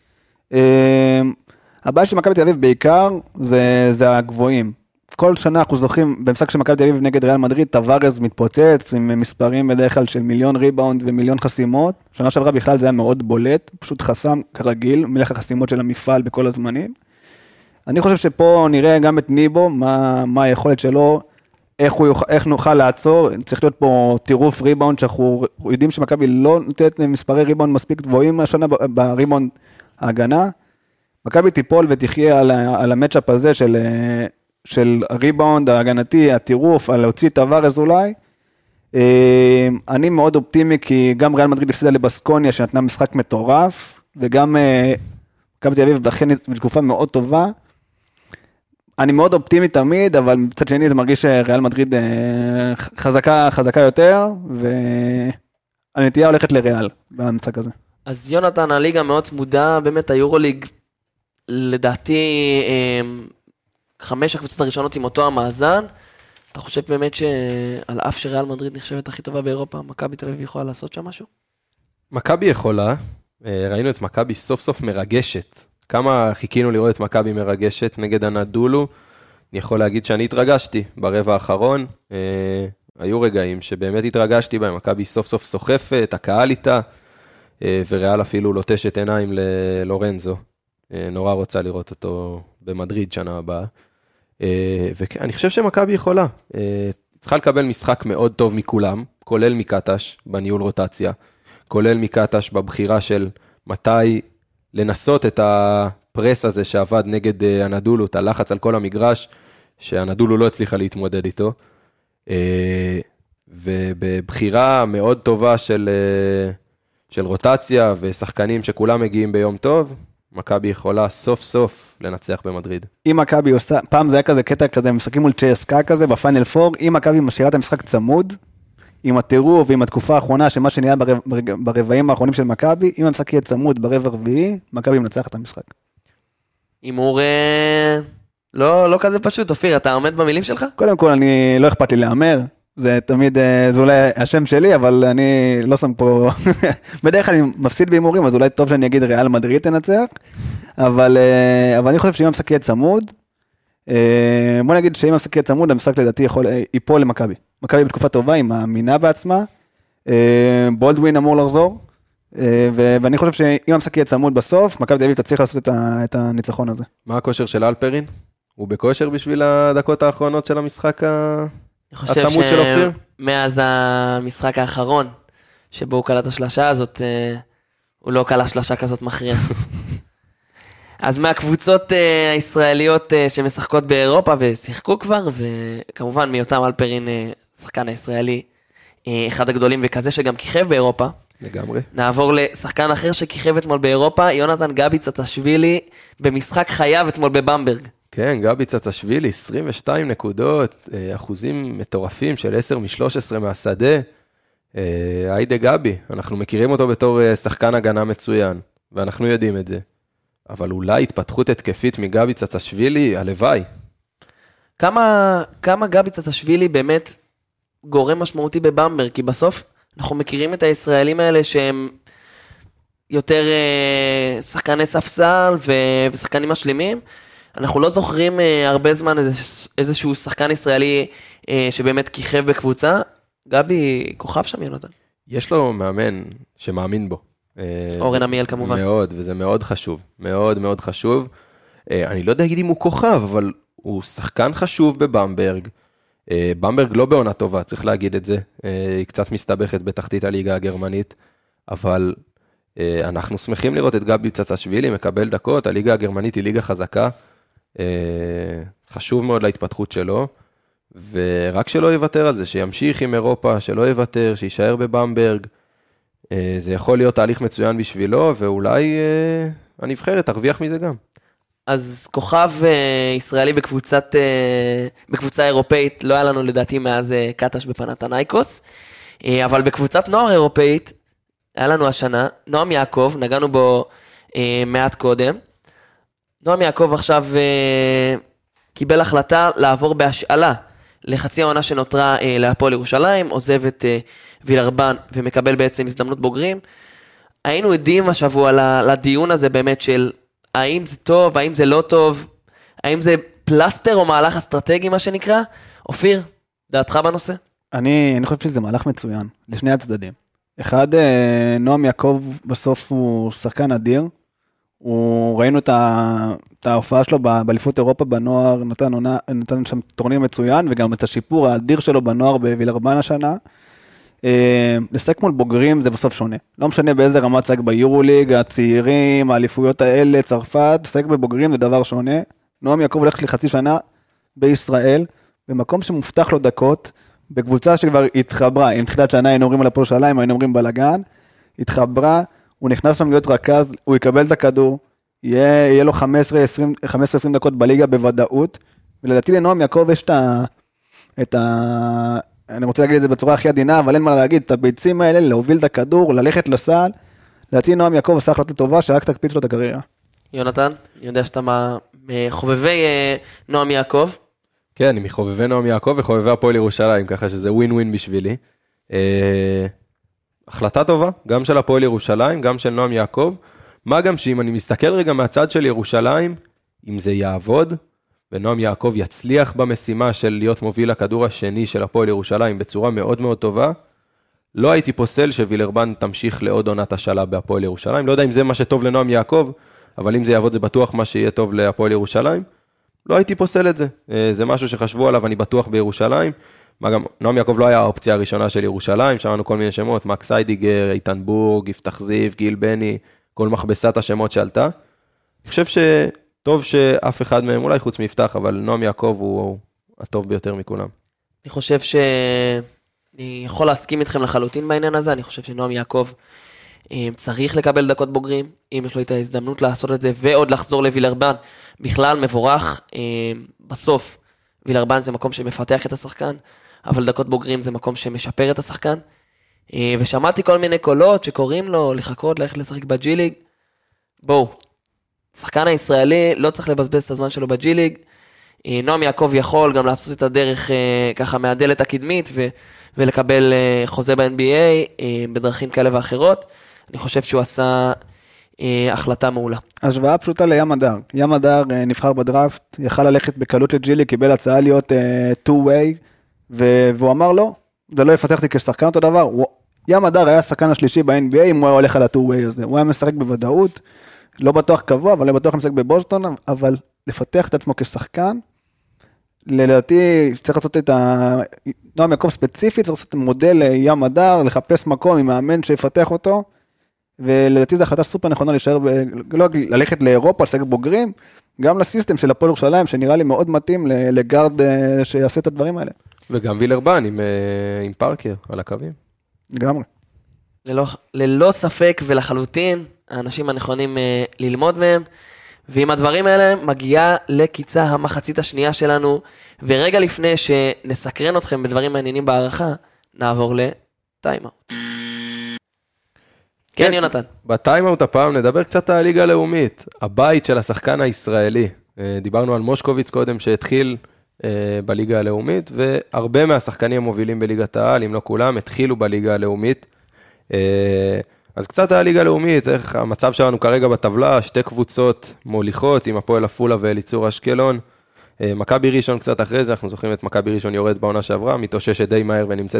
הבעיה של מכבי תל אביב בעיקר זה הגבוהים. כל שנה אנחנו זוכים במשחק של מכבי תל אביב נגד ריאל מדריד, טווארז מתפוצץ עם מספרים בדרך כלל של 1,000,000 ריבאונד ו1,000,000 חסימות. שנה שעברה בכלל זה היה מאוד בולט, פשוט חסם כרגיל, מלך החסימות של המפעל בכל הזמנים. אני חושב שפה נראה גם את ניבו, מה היכולת שלו, איך נוכל לעצור, צריך להיות פה טירוף ריבאונד, שאנחנו יודעים שמכבי לא נותנת מספרי ריבאונד מספיק גבוהים השנה בריבאונד ההגנה. מכבי תיפול ותחיה על המאצ'אפ הזה של הריבאונד ההגנתי, הטירוף, על להוציא טווארז אולי. אני מאוד אופטימי, כי גם ריאל מדריד הפסידה לבסקוניה, שנתנה משחק מטורף, וגם מכבי תל אביב אכן בתקופה מאוד טובה. אני מאוד אופטימי תמיד, אבל מצד שני זה מרגיש שריאל מדריד חזקה יותר, והנטייה הולכת לריאל במשחק הזה. אז יונתן, הליגה מאוד צמודה, באמת היורוליג, לדעתי 5 הקבוצות הראשונות עם אותו המאזן. אתה חושב באמת שעל אף שריאל מדריד נחשבת הכי טובה באירופה, מכבי תל אביב יכולה לעשות שם משהו? מכבי יכולה, ראינו את מכבי סוף סוף מרגשת. כמה חיכינו לראות את מכבי מרגשת נגד הנדולו, אני יכול להגיד שאני התרגשתי ברבע האחרון, היו רגעים שבאמת התרגשתי בהם, מכבי סוף סוף סוחפת, הקהל איתה, וריאל אפילו לוטשת עיניים ללורנזו, נורא רוצה לראות אותו במדריד שנה הבאה, ואני חושב שמכבי יכולה, צריכה לקבל משחק מאוד טוב מכולם, כולל מקטש בניהול רוטציה, כולל מקטש בבחירה של מתי לנסות את הפרס הזה שעבד נגד הנדולו, את הלחץ על כל המגרש, שהנדולו לא הצליחה להתמודד איתו, ובבחירה מאוד טובה של רוטציה ושחקנים שכולם מגיעים ביום טוב, מכבי יכולה סוף סוף לנצח במדריד. אם מכבי עושה, פעם זה היה כזה קטע כזה, משחקים מול צ'סקה כזה בפיינל 4, אם מכבי משאירה את המשחק צמוד, עם הטירוף ועם התקופה האחרונה, שמה שנהיה ברבעים האחרונים של מכבי, אם המשחק יהיה צמוד ברבע רביעי, מכבי מנצח את המשחק. הימור לא כזה פשוט, אופיר, אתה עומד במילים שלך? קודם כל, אני לא אכפת לי להמר, זה תמיד, זה אולי השם שלי, אבל אני לא שם פה, בדרך כלל אני מפסיד בהימורים, אז אולי טוב שאני אגיד ריאל מדריד תנצח, אבל אני חושב שאם המשחק יהיה צמוד, בוא נגיד שאם המשחק יהיה צמוד, המשחק לדעתי ייפול למכבי. מכבי בתקופה טובה, היא מאמינה בעצמה, בולדווין אמור לחזור, ואני חושב שאם המשחק יהיה צמוד בסוף, מכבי תל אביב תצליח לעשות את הניצחון הזה. מה הכושר של אלפרין? הוא בכושר בשביל הדקות האחרונות של המשחק אני חושב הצמוד של אופיר? שמאז המשחק האחרון, שבו הוא קלע את השלשה הזאת, הוא לא קלע שלשה כזאת מכריעה. אז מהקבוצות הישראליות שמשחקות באירופה ושיחקו כבר, וכמובן מיותם אלפרין, שחקן הישראלי, אחד הגדולים וכזה שגם כיכב באירופה. לגמרי. נעבור לשחקן אחר שכיכב אתמול באירופה, יונתן גבי צטשווילי, במשחק חייו אתמול בבמברג. כן, גבי צטשווילי, 22 נקודות, אחוזים מטורפים של 10 מ-13 מהשדה. היידה גבי, אנחנו מכירים אותו בתור שחקן הגנה מצוין, ואנחנו יודעים את זה. אבל אולי התפתחות התקפית מגבי צטשווילי, הלוואי. כמה גבי צטשווילי באמת גורם משמעותי בבמברג, כי בסוף אנחנו מכירים את הישראלים האלה שהם יותר שחקני ספסל ושחקנים משלימים. אנחנו לא זוכרים הרבה זמן איזשהו שחקן ישראלי שבאמת כיכב בקבוצה. גבי כוכב שם, יונתן. יש לו מאמן שמאמין בו. אורן עמיאל כמובן. מאוד, וזה מאוד חשוב. מאוד מאוד חשוב. אני לא יודע להגיד אם הוא כוכב, אבל הוא שחקן חשוב בבמברג. במברג לא בעונה טובה, צריך להגיד את זה. היא קצת מסתבכת בתחתית הליגה הגרמנית, אבל אנחנו שמחים לראות את גבי צטשווילי מקבל דקות. הליגה הגרמנית היא ליגה חזקה. חשוב מאוד להתפתחות שלו. ורק שלא יוותר על זה, שימשיך עם אירופה, שלא יוותר, שישאר בבמברג. זה יכול להיות תהליך מצוין בשבילו, ואולי הנבחרת תרוויח מזה גם. אז כוכב ישראלי בקבוצה אירופאית, לא היה לנו לדעתי מאז קטש בפנתנייקוס, אבל בקבוצת נוער אירופאית, היה לנו השנה, נועם יעקב, נגענו בו מעט קודם. נועם יעקב עכשיו קיבל החלטה לעבור בהשאלה, לחצי העונה שנותרה להפועל ירושלים, עוזב את וילרבן ומקבל בעצם הזדמנות בוגרים. היינו עדים השבוע לדיון הזה באמת של האם זה טוב, האם זה לא טוב, האם זה פלסטר או מהלך אסטרטגי מה שנקרא. אופיר, דעתך בנושא? אני חושב שזה מהלך מצוין, לשני הצדדים. אחד, נועם יעקב בסוף הוא שחקן אדיר, ראינו את ההופעה שלו באליפות אירופה בנוער, נתן שם טורניר מצוין, וגם את השיפור האדיר שלו בנוער בווילרבן השנה. לשחק מול בוגרים זה בסוף שונה. לא משנה באיזה רמה צחק ביורוליג, הצעירים, האליפויות האלה, צרפת, לשחק בבוגרים זה דבר שונה. נועם יעקב הולך לחצי שנה בישראל, במקום שמובטח לו דקות, בקבוצה שכבר התחברה, עם תחילת שנה היינו אומרים על הפועל ירושלים, היינו אומרים בלגן, התחברה, הוא נכנס שם להיות רכז, הוא יקבל את הכדור, יהיה לו 15-20 דקות בליגה בוודאות, ולדעתי לנועם יעקב יש אני רוצה להגיד את זה בצורה הכי עדינה, אבל אין מה להגיד, את הביצים האלה, להוביל את הכדור, ללכת לסל, לדעתי נועם יעקב עשה החלטה טובה, שרק תקפיץ לו את הקריירה. יונתן, אני יודע שאתה מחובבי נועם יעקב. כן, אני מחובבי נועם יעקב וחובבי הפועל ירושלים, ככה שזה ווין ווין בשבילי. החלטה טובה, גם של הפועל ירושלים, גם של נועם יעקב, מה גם שאם אני מסתכל רגע מהצד של ירושלים, אם זה יעבוד, ונועם יעקב יצליח במשימה של להיות מוביל הכדור השני של הפועל ירושלים בצורה מאוד מאוד טובה, לא הייתי פוסל שווילרבן תמשיך לעוד עונת השאלה בהפועל ירושלים, לא יודע אם זה מה שטוב לנועם יעקב, אבל אם זה יעבוד זה בטוח מה שיהיה טוב להפועל ירושלים, לא הייתי פוסל את זה, זה משהו שחשבו עליו, אני בטוח בירושלים, מה גם, נועם יעקב לא היה האופציה הראשונה של ירושלים, שמענו כל מיני שמות, מקס איידיגר, איתן בורג, יפתח זיו, גיל בני, כל מכבסת השמות שעלתה. אני חושב שטוב שאף אחד מהם, אולי חוץ מיפתח, אבל נועם יעקב הוא הטוב ביותר מכולם. אני חושב אני יכול להסכים איתכם לחלוטין בעניין הזה, אני חושב שנועם יעקב צריך לקבל דקות בוגרים, אם יש לו את ההזדמנות לעשות את זה, ועוד לחזור לווילרבן, בכלל מבורך, בסוף, וילרבן זה מקום שמפתח את השחקן, אבל דקות בוגרים זה מקום שמשפר את השחקן, ושמעתי כל מיני קולות שקוראים לו לחכות, ללכת לשחק בג'י-ליג, בואו, השחקן הישראלי לא צריך לבזבז את הזמן שלו בג'י-ליג, נועם יעקב יכול גם לעשות את הדרך ככה מהדלת הקדמית, ולקבל חוזה ב-NBA בדרכים כאלה ואחרות, אני חושב שהוא עשה החלטה מעולה. השוואה פשוטה לים הדר. ים הדר נבחר בדראפט, יכל ללכת בקלות לג'ילי, קיבל הצעה להיות two-way, והוא אמר לא, זה לא יפתח אותי כשחקן אותו דבר. ים הדר היה השחקן השלישי ב-NBA, אם הוא היה הולך על ה-two-way הזה. הוא היה משחק בוודאות, לא בטוח קבוע, אבל לא בטוח משחק בבוסטון, אבל לפתח את עצמו כשחקן, לדעתי צריך לעשות את נועם יעקב ספציפית, צריך לעשות מודל ים הדר, לחפש מקום עם מאמן שיפתח אותו, ולדעתי זו החלטה סופר נכונה להישאר, לא ללכת לאירופה, לשחק בוגרים, גם לסיסטם של הפועל ירושלים, שנראה לי מאוד מתאים לגארד שיעשה את הדברים האלה. וגם וילרבן עם פארקר על הקווים. לגמרי. ללא ספק ולחלוטין, האנשים הנכונים ללמוד מהם, ועם הדברים האלה מגיעה לקיצה המחצית השנייה שלנו, ורגע לפני שנסקרן אתכם בדברים מעניינים בערכה, נעבור לטיימאוט. כן, יונתן. בטיימאוט הפעם נדבר קצת על הליגה הלאומית, הבית של השחקן הישראלי. דיברנו על מושקוביץ קודם שהתחיל בליגה הלאומית, והרבה מהשחקנים המובילים בליגת העל, אם לא כולם, התחילו בליגה הלאומית. אז קצת הליגה הלאומית, איך המצב שלנו כרגע בטבלה, שתי קבוצות מוליכות עם הפועל עפולה ואליצור אשקלון. מכבי ראשון קצת אחרי זה, אנחנו זוכרים את מכבי ראשון יורד בעונה שעברה, מתאוששת די מהר ונמצאת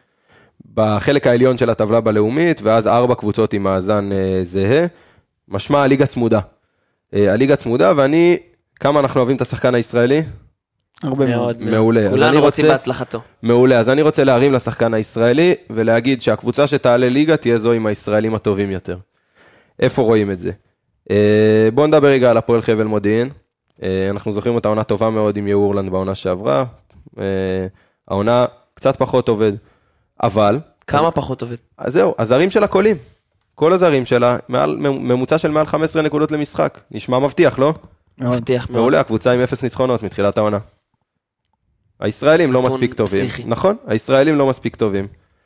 בחלק העליון של הטבלה בלאומית, ואז 4 קבוצות עם מאזן זהה. משמע הליגה צמודה. הליגה צמודה, כמה אנחנו אוהבים את השחקן הישראלי? הרבה מאוד. מעולה. כולנו רוצים בהצלחתו. מעולה, אז אני רוצה להרים לשחקן הישראלי, ולהגיד שהקבוצה שתעלה ליגה תהיה זו עם הישראלים הטובים יותר. איפה רואים את זה? בואו נדבר רגע על הפועל חבל מודיעין. אנחנו זוכרים אותה עונה טובה מאוד עם יאורלנד בעונה שעברה. העונה קצת פחות עובד, אבל... כמה פחות עובד? אז זהו, הזרים שלה קולים. כל הזרים שלה, ממוצע של מעל 15 נקודות למשחק. נשמע מבטיח, לא? מבטיח מאוד. מעולה, הקבוצה עם 0 ניצחונות מתחילת העונה. הישראלים לא מספיק טובים. נכון, הישראלים לא מספיק טובים.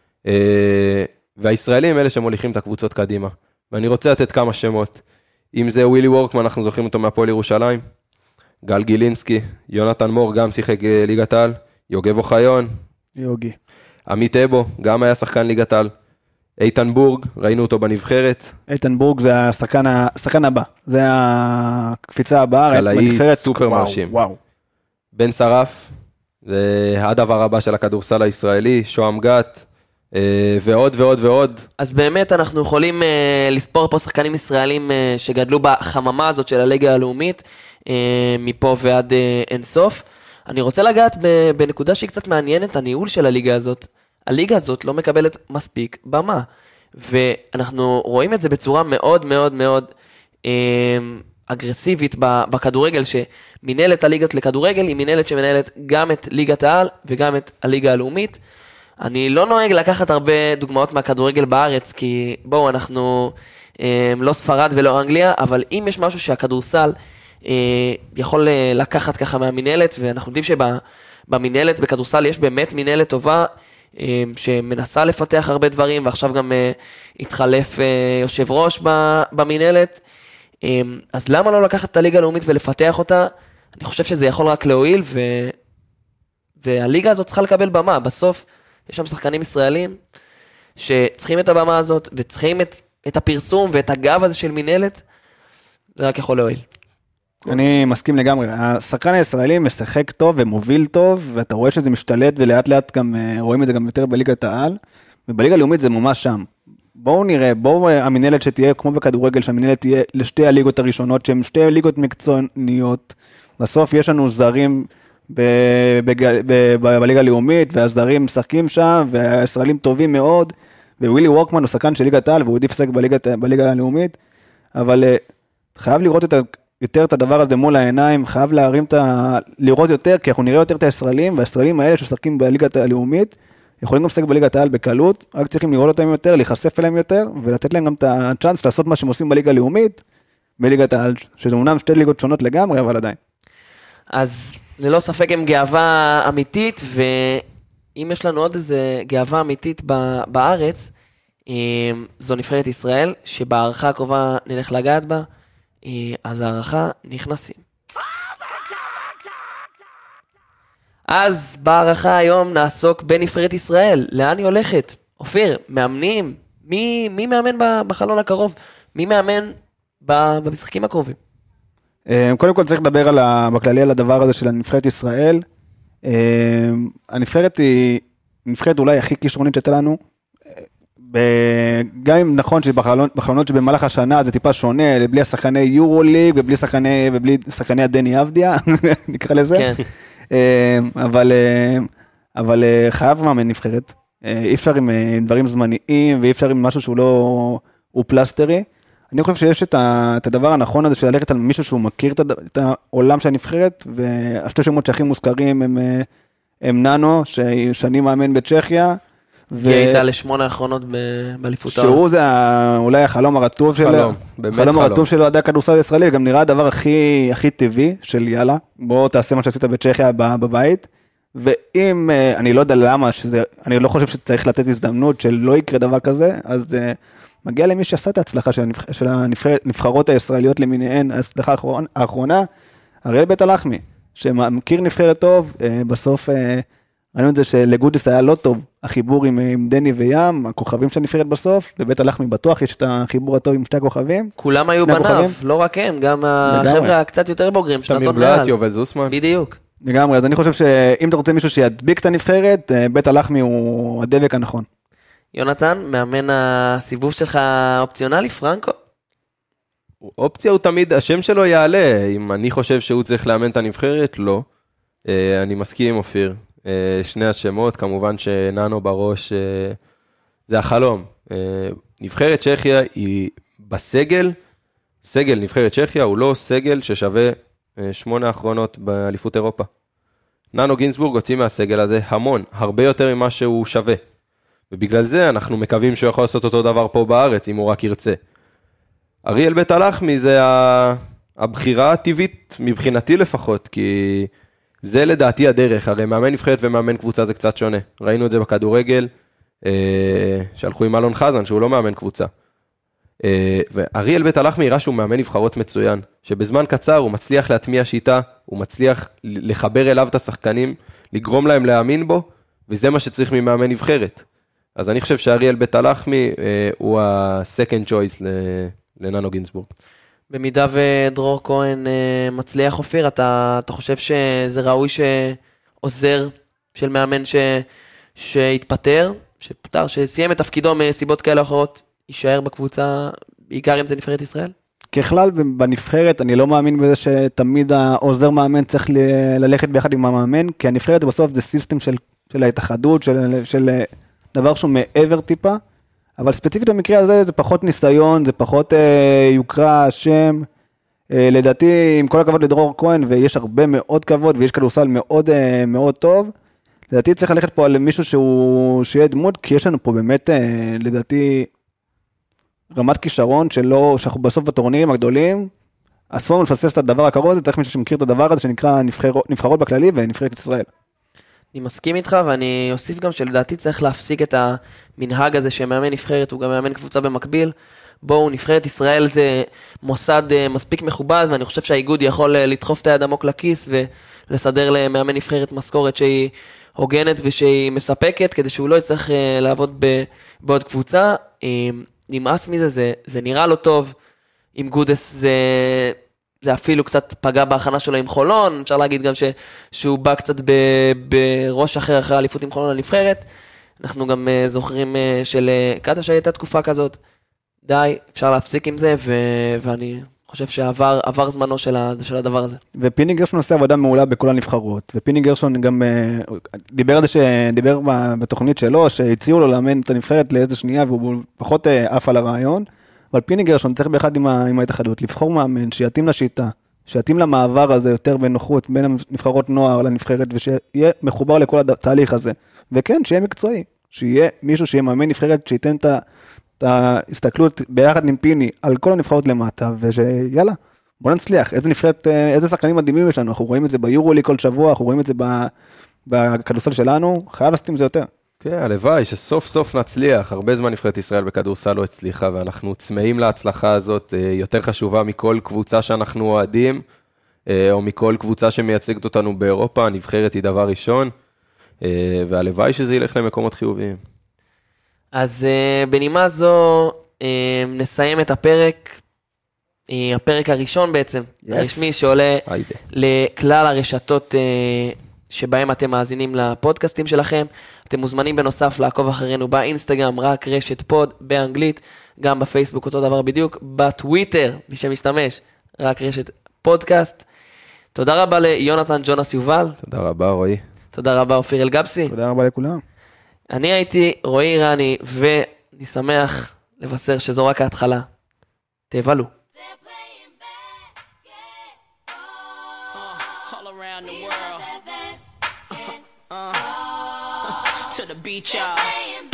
והישראלים הם אלה שמוליכים את הקבוצות קדימה. ואני רוצה לתת כמה שמות. אם זה ווילי וורקמן, אנחנו זוכרים אותו מהפועל ירושלים. גל גילינסקי, יונתן מור, גם שיחק ליגת העל. יוגב אוחיון. יוגי. עמית אבו, גם היה שחקן ליגת העל. איתן בורג, ראינו אותו בנבחרת. איתן בורג זה השחקן הבא. זה הקפיצה הבאה. קלעי סופר מרשים. וואו. בן שרף, זה הדבר הבא של הכדורסל הישראלי, שוהם גת, ועוד ועוד ועוד. אז באמת אנחנו יכולים לספור פה שחקנים ישראלים שגדלו בחממה הזאת של הליגה הלאומית, מפה ועד אינסוף. אני רוצה לגעת בנקודה שהיא קצת מעניינת, הניהול של הליגה הזאת. הליגה הזאת לא מקבלת מספיק במה, ואנחנו רואים את זה בצורה מאוד מאוד מאוד אגרסיבית בכדורגל, שמנהלת הליגות לכדורגל היא מנהלת שמנהלת גם את ליגת העל וגם את הליגה הלאומית. אני לא נוהג לקחת הרבה דוגמאות מהכדורגל בארץ, כי בואו, אנחנו לא ספרד ולא אנגליה, אבל אם יש משהו שהכדורסל יכול לקחת ככה מהמנהלת, ואנחנו יודעים שבמנהלת בכדורסל יש באמת מנהלת טובה, שמנסה לפתח הרבה דברים, ועכשיו גם התחלף יושב ראש במנהלת, אז למה לא לקחת את הליגה הלאומית ולפתח אותה? אני חושב שזה יכול רק להועיל, והליגה הזאת צריכה לקבל במה. בסוף יש שם שחקנים ישראלים שצריכים את הבמה הזאת, וצריכים את הפרסום ואת הגב הזה של מנהלת, זה רק יכול להועיל. אני מסכים לגמרי, השחקן הישראלי משחק טוב ומוביל טוב, ואתה רואה שזה משתלט, ולאט לאט גם רואים את זה גם יותר בליגת העל, ובליגה הלאומית זה ממש שם. בואו נראה, בואו המנהלת שתהיה כמו בכדורגל, שהמנהלת תהיה לשתי הליגות הראשונות, שהן שתי ליגות מקצועניות, בסוף יש לנו זרים בליגה הלאומית, והזרים משחקים שם, והישראלים טובים מאוד, ווילי וורקמן הוא שחקן של ליגת העל, והוא עדיף לשחק בליגה הלאומית, אבל חייב לראות יותר את הדבר הזה מול העיניים, חייב לראות יותר, כי אנחנו נראה יותר את הישראלים, והישראלים האלה ששחקים בליגת הלאומית, יכולים גם לשחק בליגת העל בקלות, רק צריכים לראות אותם יותר, להיחשף אליהם יותר, ולתת להם גם את הצ'אנס לעשות מה שהם עושים בליגה הלאומית, בליגת העל, שזה אומנם שתי ליגות שונות לגמרי, אבל עדיין. אז ללא ספק הם גאווה אמיתית, ואם יש לנו עוד איזה גאווה אמיתית בארץ, זו נבחרת ישראל, שבהערכה הקרובה נלך לגעת בה, אז הערכה נכנסים. אז בהערכה היום נעסוק בנבחרת ישראל. לאן היא הולכת? אופיר, מאמנים? מי מאמן בחלון הקרוב? מי מאמן במשחקים הקרובים? קודם כל צריך לדבר בכללי על הדבר הזה של הנבחרת ישראל. הנבחרת היא נבחרת אולי הכי כישרונית שהייתה לנו גם אם נכון שבחלונות שבמהלך השנה זה טיפה שונה, בלי השחקני יורוליג ובלי שחקני הדני אבדיה, נקרא לזה. כן. אבל חייב מאמן נבחרת. אי אפשר עם דברים זמניים, ואי אפשר עם משהו שהוא לא, הוא פלסטרי. אני חושב שיש את הדבר הנכון הזה של ללכת על מישהו שהוא מכיר את העולם של הנבחרת, והשתי שמות שהכי מוזכרים הם ננו, שאני מאמן בצ'כיה. והייתה לשמונה האחרונות באליפות העולם. שהוא זה אולי החלום הרטוב שלו, החלום הרטוב שלו עד הכדורסל הישראלי, גם נראה הדבר הכי טבעי של יאללה, בוא תעשה מה שעשית בצ'כיה בבית, ואם, אני לא יודע למה, אני לא חושב שצריך לתת הזדמנות שלא יקרה דבר כזה, אז מגיע למי שעשה את ההצלחה של הנבחרות הישראליות למיניהן, ההצלחה האחרונה, אריאל בית הלחמי, שמכיר נבחרת טוב, בסוף ראינו את זה שלגודס היה לא טוב, החיבור עם דני וים, הכוכבים של הנבחרת בסוף, לבית הלחמי בטוח יש את החיבור הטוב עם שתי הכוכבים. כולם היו בניו, לא רק הם, גם החבר'ה הקצת יותר בוגרים, שנתון מעל. יובל זוסמן. בדיוק. לגמרי, אז אני חושב שאם אתה רוצה מישהו שידביק את הנבחרת, בית הלחמי הוא הדבק הנכון. יונתן, מאמן הסיבוב שלך אופציונלי, פרנקו? אופציה הוא תמיד, השם שלו יעלה, אם אני חושב שהוא צריך לאמן את הנבחרת, לא. אני מסכים עם אופיר. שני השמות, כמובן שננו בראש, זה החלום. נבחרת צ'כיה היא בסגל, סגל נבחרת צ'כיה הוא לא סגל ששווה 8 האחרונות באליפות אירופה. ננו גינסבורג הוציא מהסגל הזה המון, הרבה יותר ממה שהוא שווה. ובגלל זה אנחנו מקווים שהוא יכול לעשות אותו דבר פה בארץ, אם הוא רק ירצה. אריאל בית הלחמי זה הבחירה הטבעית, מבחינתי לפחות, כי זה לדעתי הדרך, הרי מאמן נבחרת ומאמן קבוצה זה קצת שונה. ראינו את זה בכדורגל, שהלכו עם אלון חזן, שהוא לא מאמן קבוצה. ואריאל בית הלחמי הראה שהוא מאמן נבחרות מצוין, שבזמן קצר הוא מצליח להטמיע שיטה, הוא מצליח לחבר אליו את השחקנים, לגרום להם להאמין בו, וזה מה שצריך ממאמן נבחרת. אז אני חושב שאריאל בית הלחמי הוא ה-second choice לננו גינסבורג. במידה ודרור כהן מצליח אופיר, אתה חושב שזה ראוי שעוזר של מאמן שהתפטר, שפוטר, שסיים את תפקידו מסיבות כאלה או אחרות, יישאר בקבוצה, בעיקר אם זה נבחרת ישראל? ככלל בנבחרת אני לא מאמין בזה שתמיד העוזר מאמן צריך ללכת ביחד עם המאמן, כי הנבחרת בסוף זה סיסטם של ההתאחדות, של דבר שהוא מעבר טיפה, אבל ספציפית במקרה הזה זה פחות ניסיון, זה פחות יוקרה, שם, לדעתי עם כל הכבוד לדרור כהן, ויש הרבה מאוד כבוד, ויש כדורסל מאוד מאוד טוב, לדעתי צריך ללכת פה על מישהו שיהיה דמות, כי יש לנו פה באמת, לדעתי, רמת כישרון שאנחנו בסוף בטורנירים הגדולים, אסור לנו לפספס את הדבר הקרוב הזה, צריך מישהו שמכיר את הדבר הזה, שנקרא נבחרות בכללי ונבחרת ישראל. אני מסכים איתך, ואני אוסיף גם שלדעתי צריך להפסיק את המנהג הזה שמאמן נבחרת, הוא גם מאמן קבוצה במקביל. בואו, נבחרת ישראל זה מוסד מספיק מכובד, ואני חושב שהאיגוד יכול לדחוף את היד עמוק לכיס, ולסדר למאמן נבחרת משכורת שהיא הוגנת ושהיא מספקת, כדי שהוא לא יצטרך לעבוד בעוד קבוצה. נמאס מזה, זה נראה לא טוב. עם גודס זה אפילו קצת פגע בהכנה שלו עם חולון, אפשר להגיד גם שהוא בא קצת בראש אחרי האליפות עם חולון לנבחרת. אנחנו גם זוכרים של קטש הייתה תקופה כזאת. די, אפשר להפסיק עם זה, ואני חושב שעבר זמנו של הדבר הזה. ופיני גרשון עושה עבודה מעולה בכל הנבחרות, ופיני גרשון גם דיבר על זה שדיבר בתוכנית שלו, שהציעו לו לאמן את הנבחרת לאיזה שנייה, והוא פחות עף על הרעיון, אבל פיני גרשון צריך באחד עם ההתאחדות, לבחור מאמן שיתאים לשיטה, שיתאים למעבר הזה יותר בנוחות, בין הנבחרות נוער לנבחרת, ושיהיה מחובר לכל התהליך הזה. וכן, שיהיה מקצועי, שיהיה מישהו שיהיה מאמן נבחרת, שייתן את ההסתכלות ביחד עם פיני על כל הנבחרות למטה, ושיאללה, בוא נצליח. איזה נבחרת, איזה שחקנים מדהימים יש לנו, אנחנו רואים את זה ביורולי כל שבוע, אנחנו רואים את זה בכדורסל שלנו, חייב לעשות עם זה יותר. כן, הלוואי שסוף סוף נצליח, הרבה זמן נבחרת ישראל בכדורסל לא הצליחה, ואנחנו צמאים להצלחה הזאת, יותר חשובה מכל קבוצה שאנחנו אוהדים, או מכל קבוצה שמייצגת אותנו באירופה, הנבחרת היא דבר ראשון, והלוואי שזה ילך למקומות חיוביים. אז בנימה זו נסיים את הפרק הראשון בעצם, הרשמי שעולה לכלל הרשתות שבהם אתם מאזינים לפודקאסטים שלכם. אתם מוזמנים בנוסף לעקוב אחרינו באינסטגרם, רק רשת פוד באנגלית, גם בפייסבוק אותו דבר בדיוק, בטוויטר, מי שמשתמש, רק רשת פודקאסט. תודה רבה ליונתן ג'ונס יובל. תודה רבה, רועי. תודה רבה, אופיר אלגבסי. תודה רבה לכולם. אני הייתי רועי אירני, ואני שמח לבשר שזו רק ההתחלה. תבלו. All around the world. To the beach, y'all.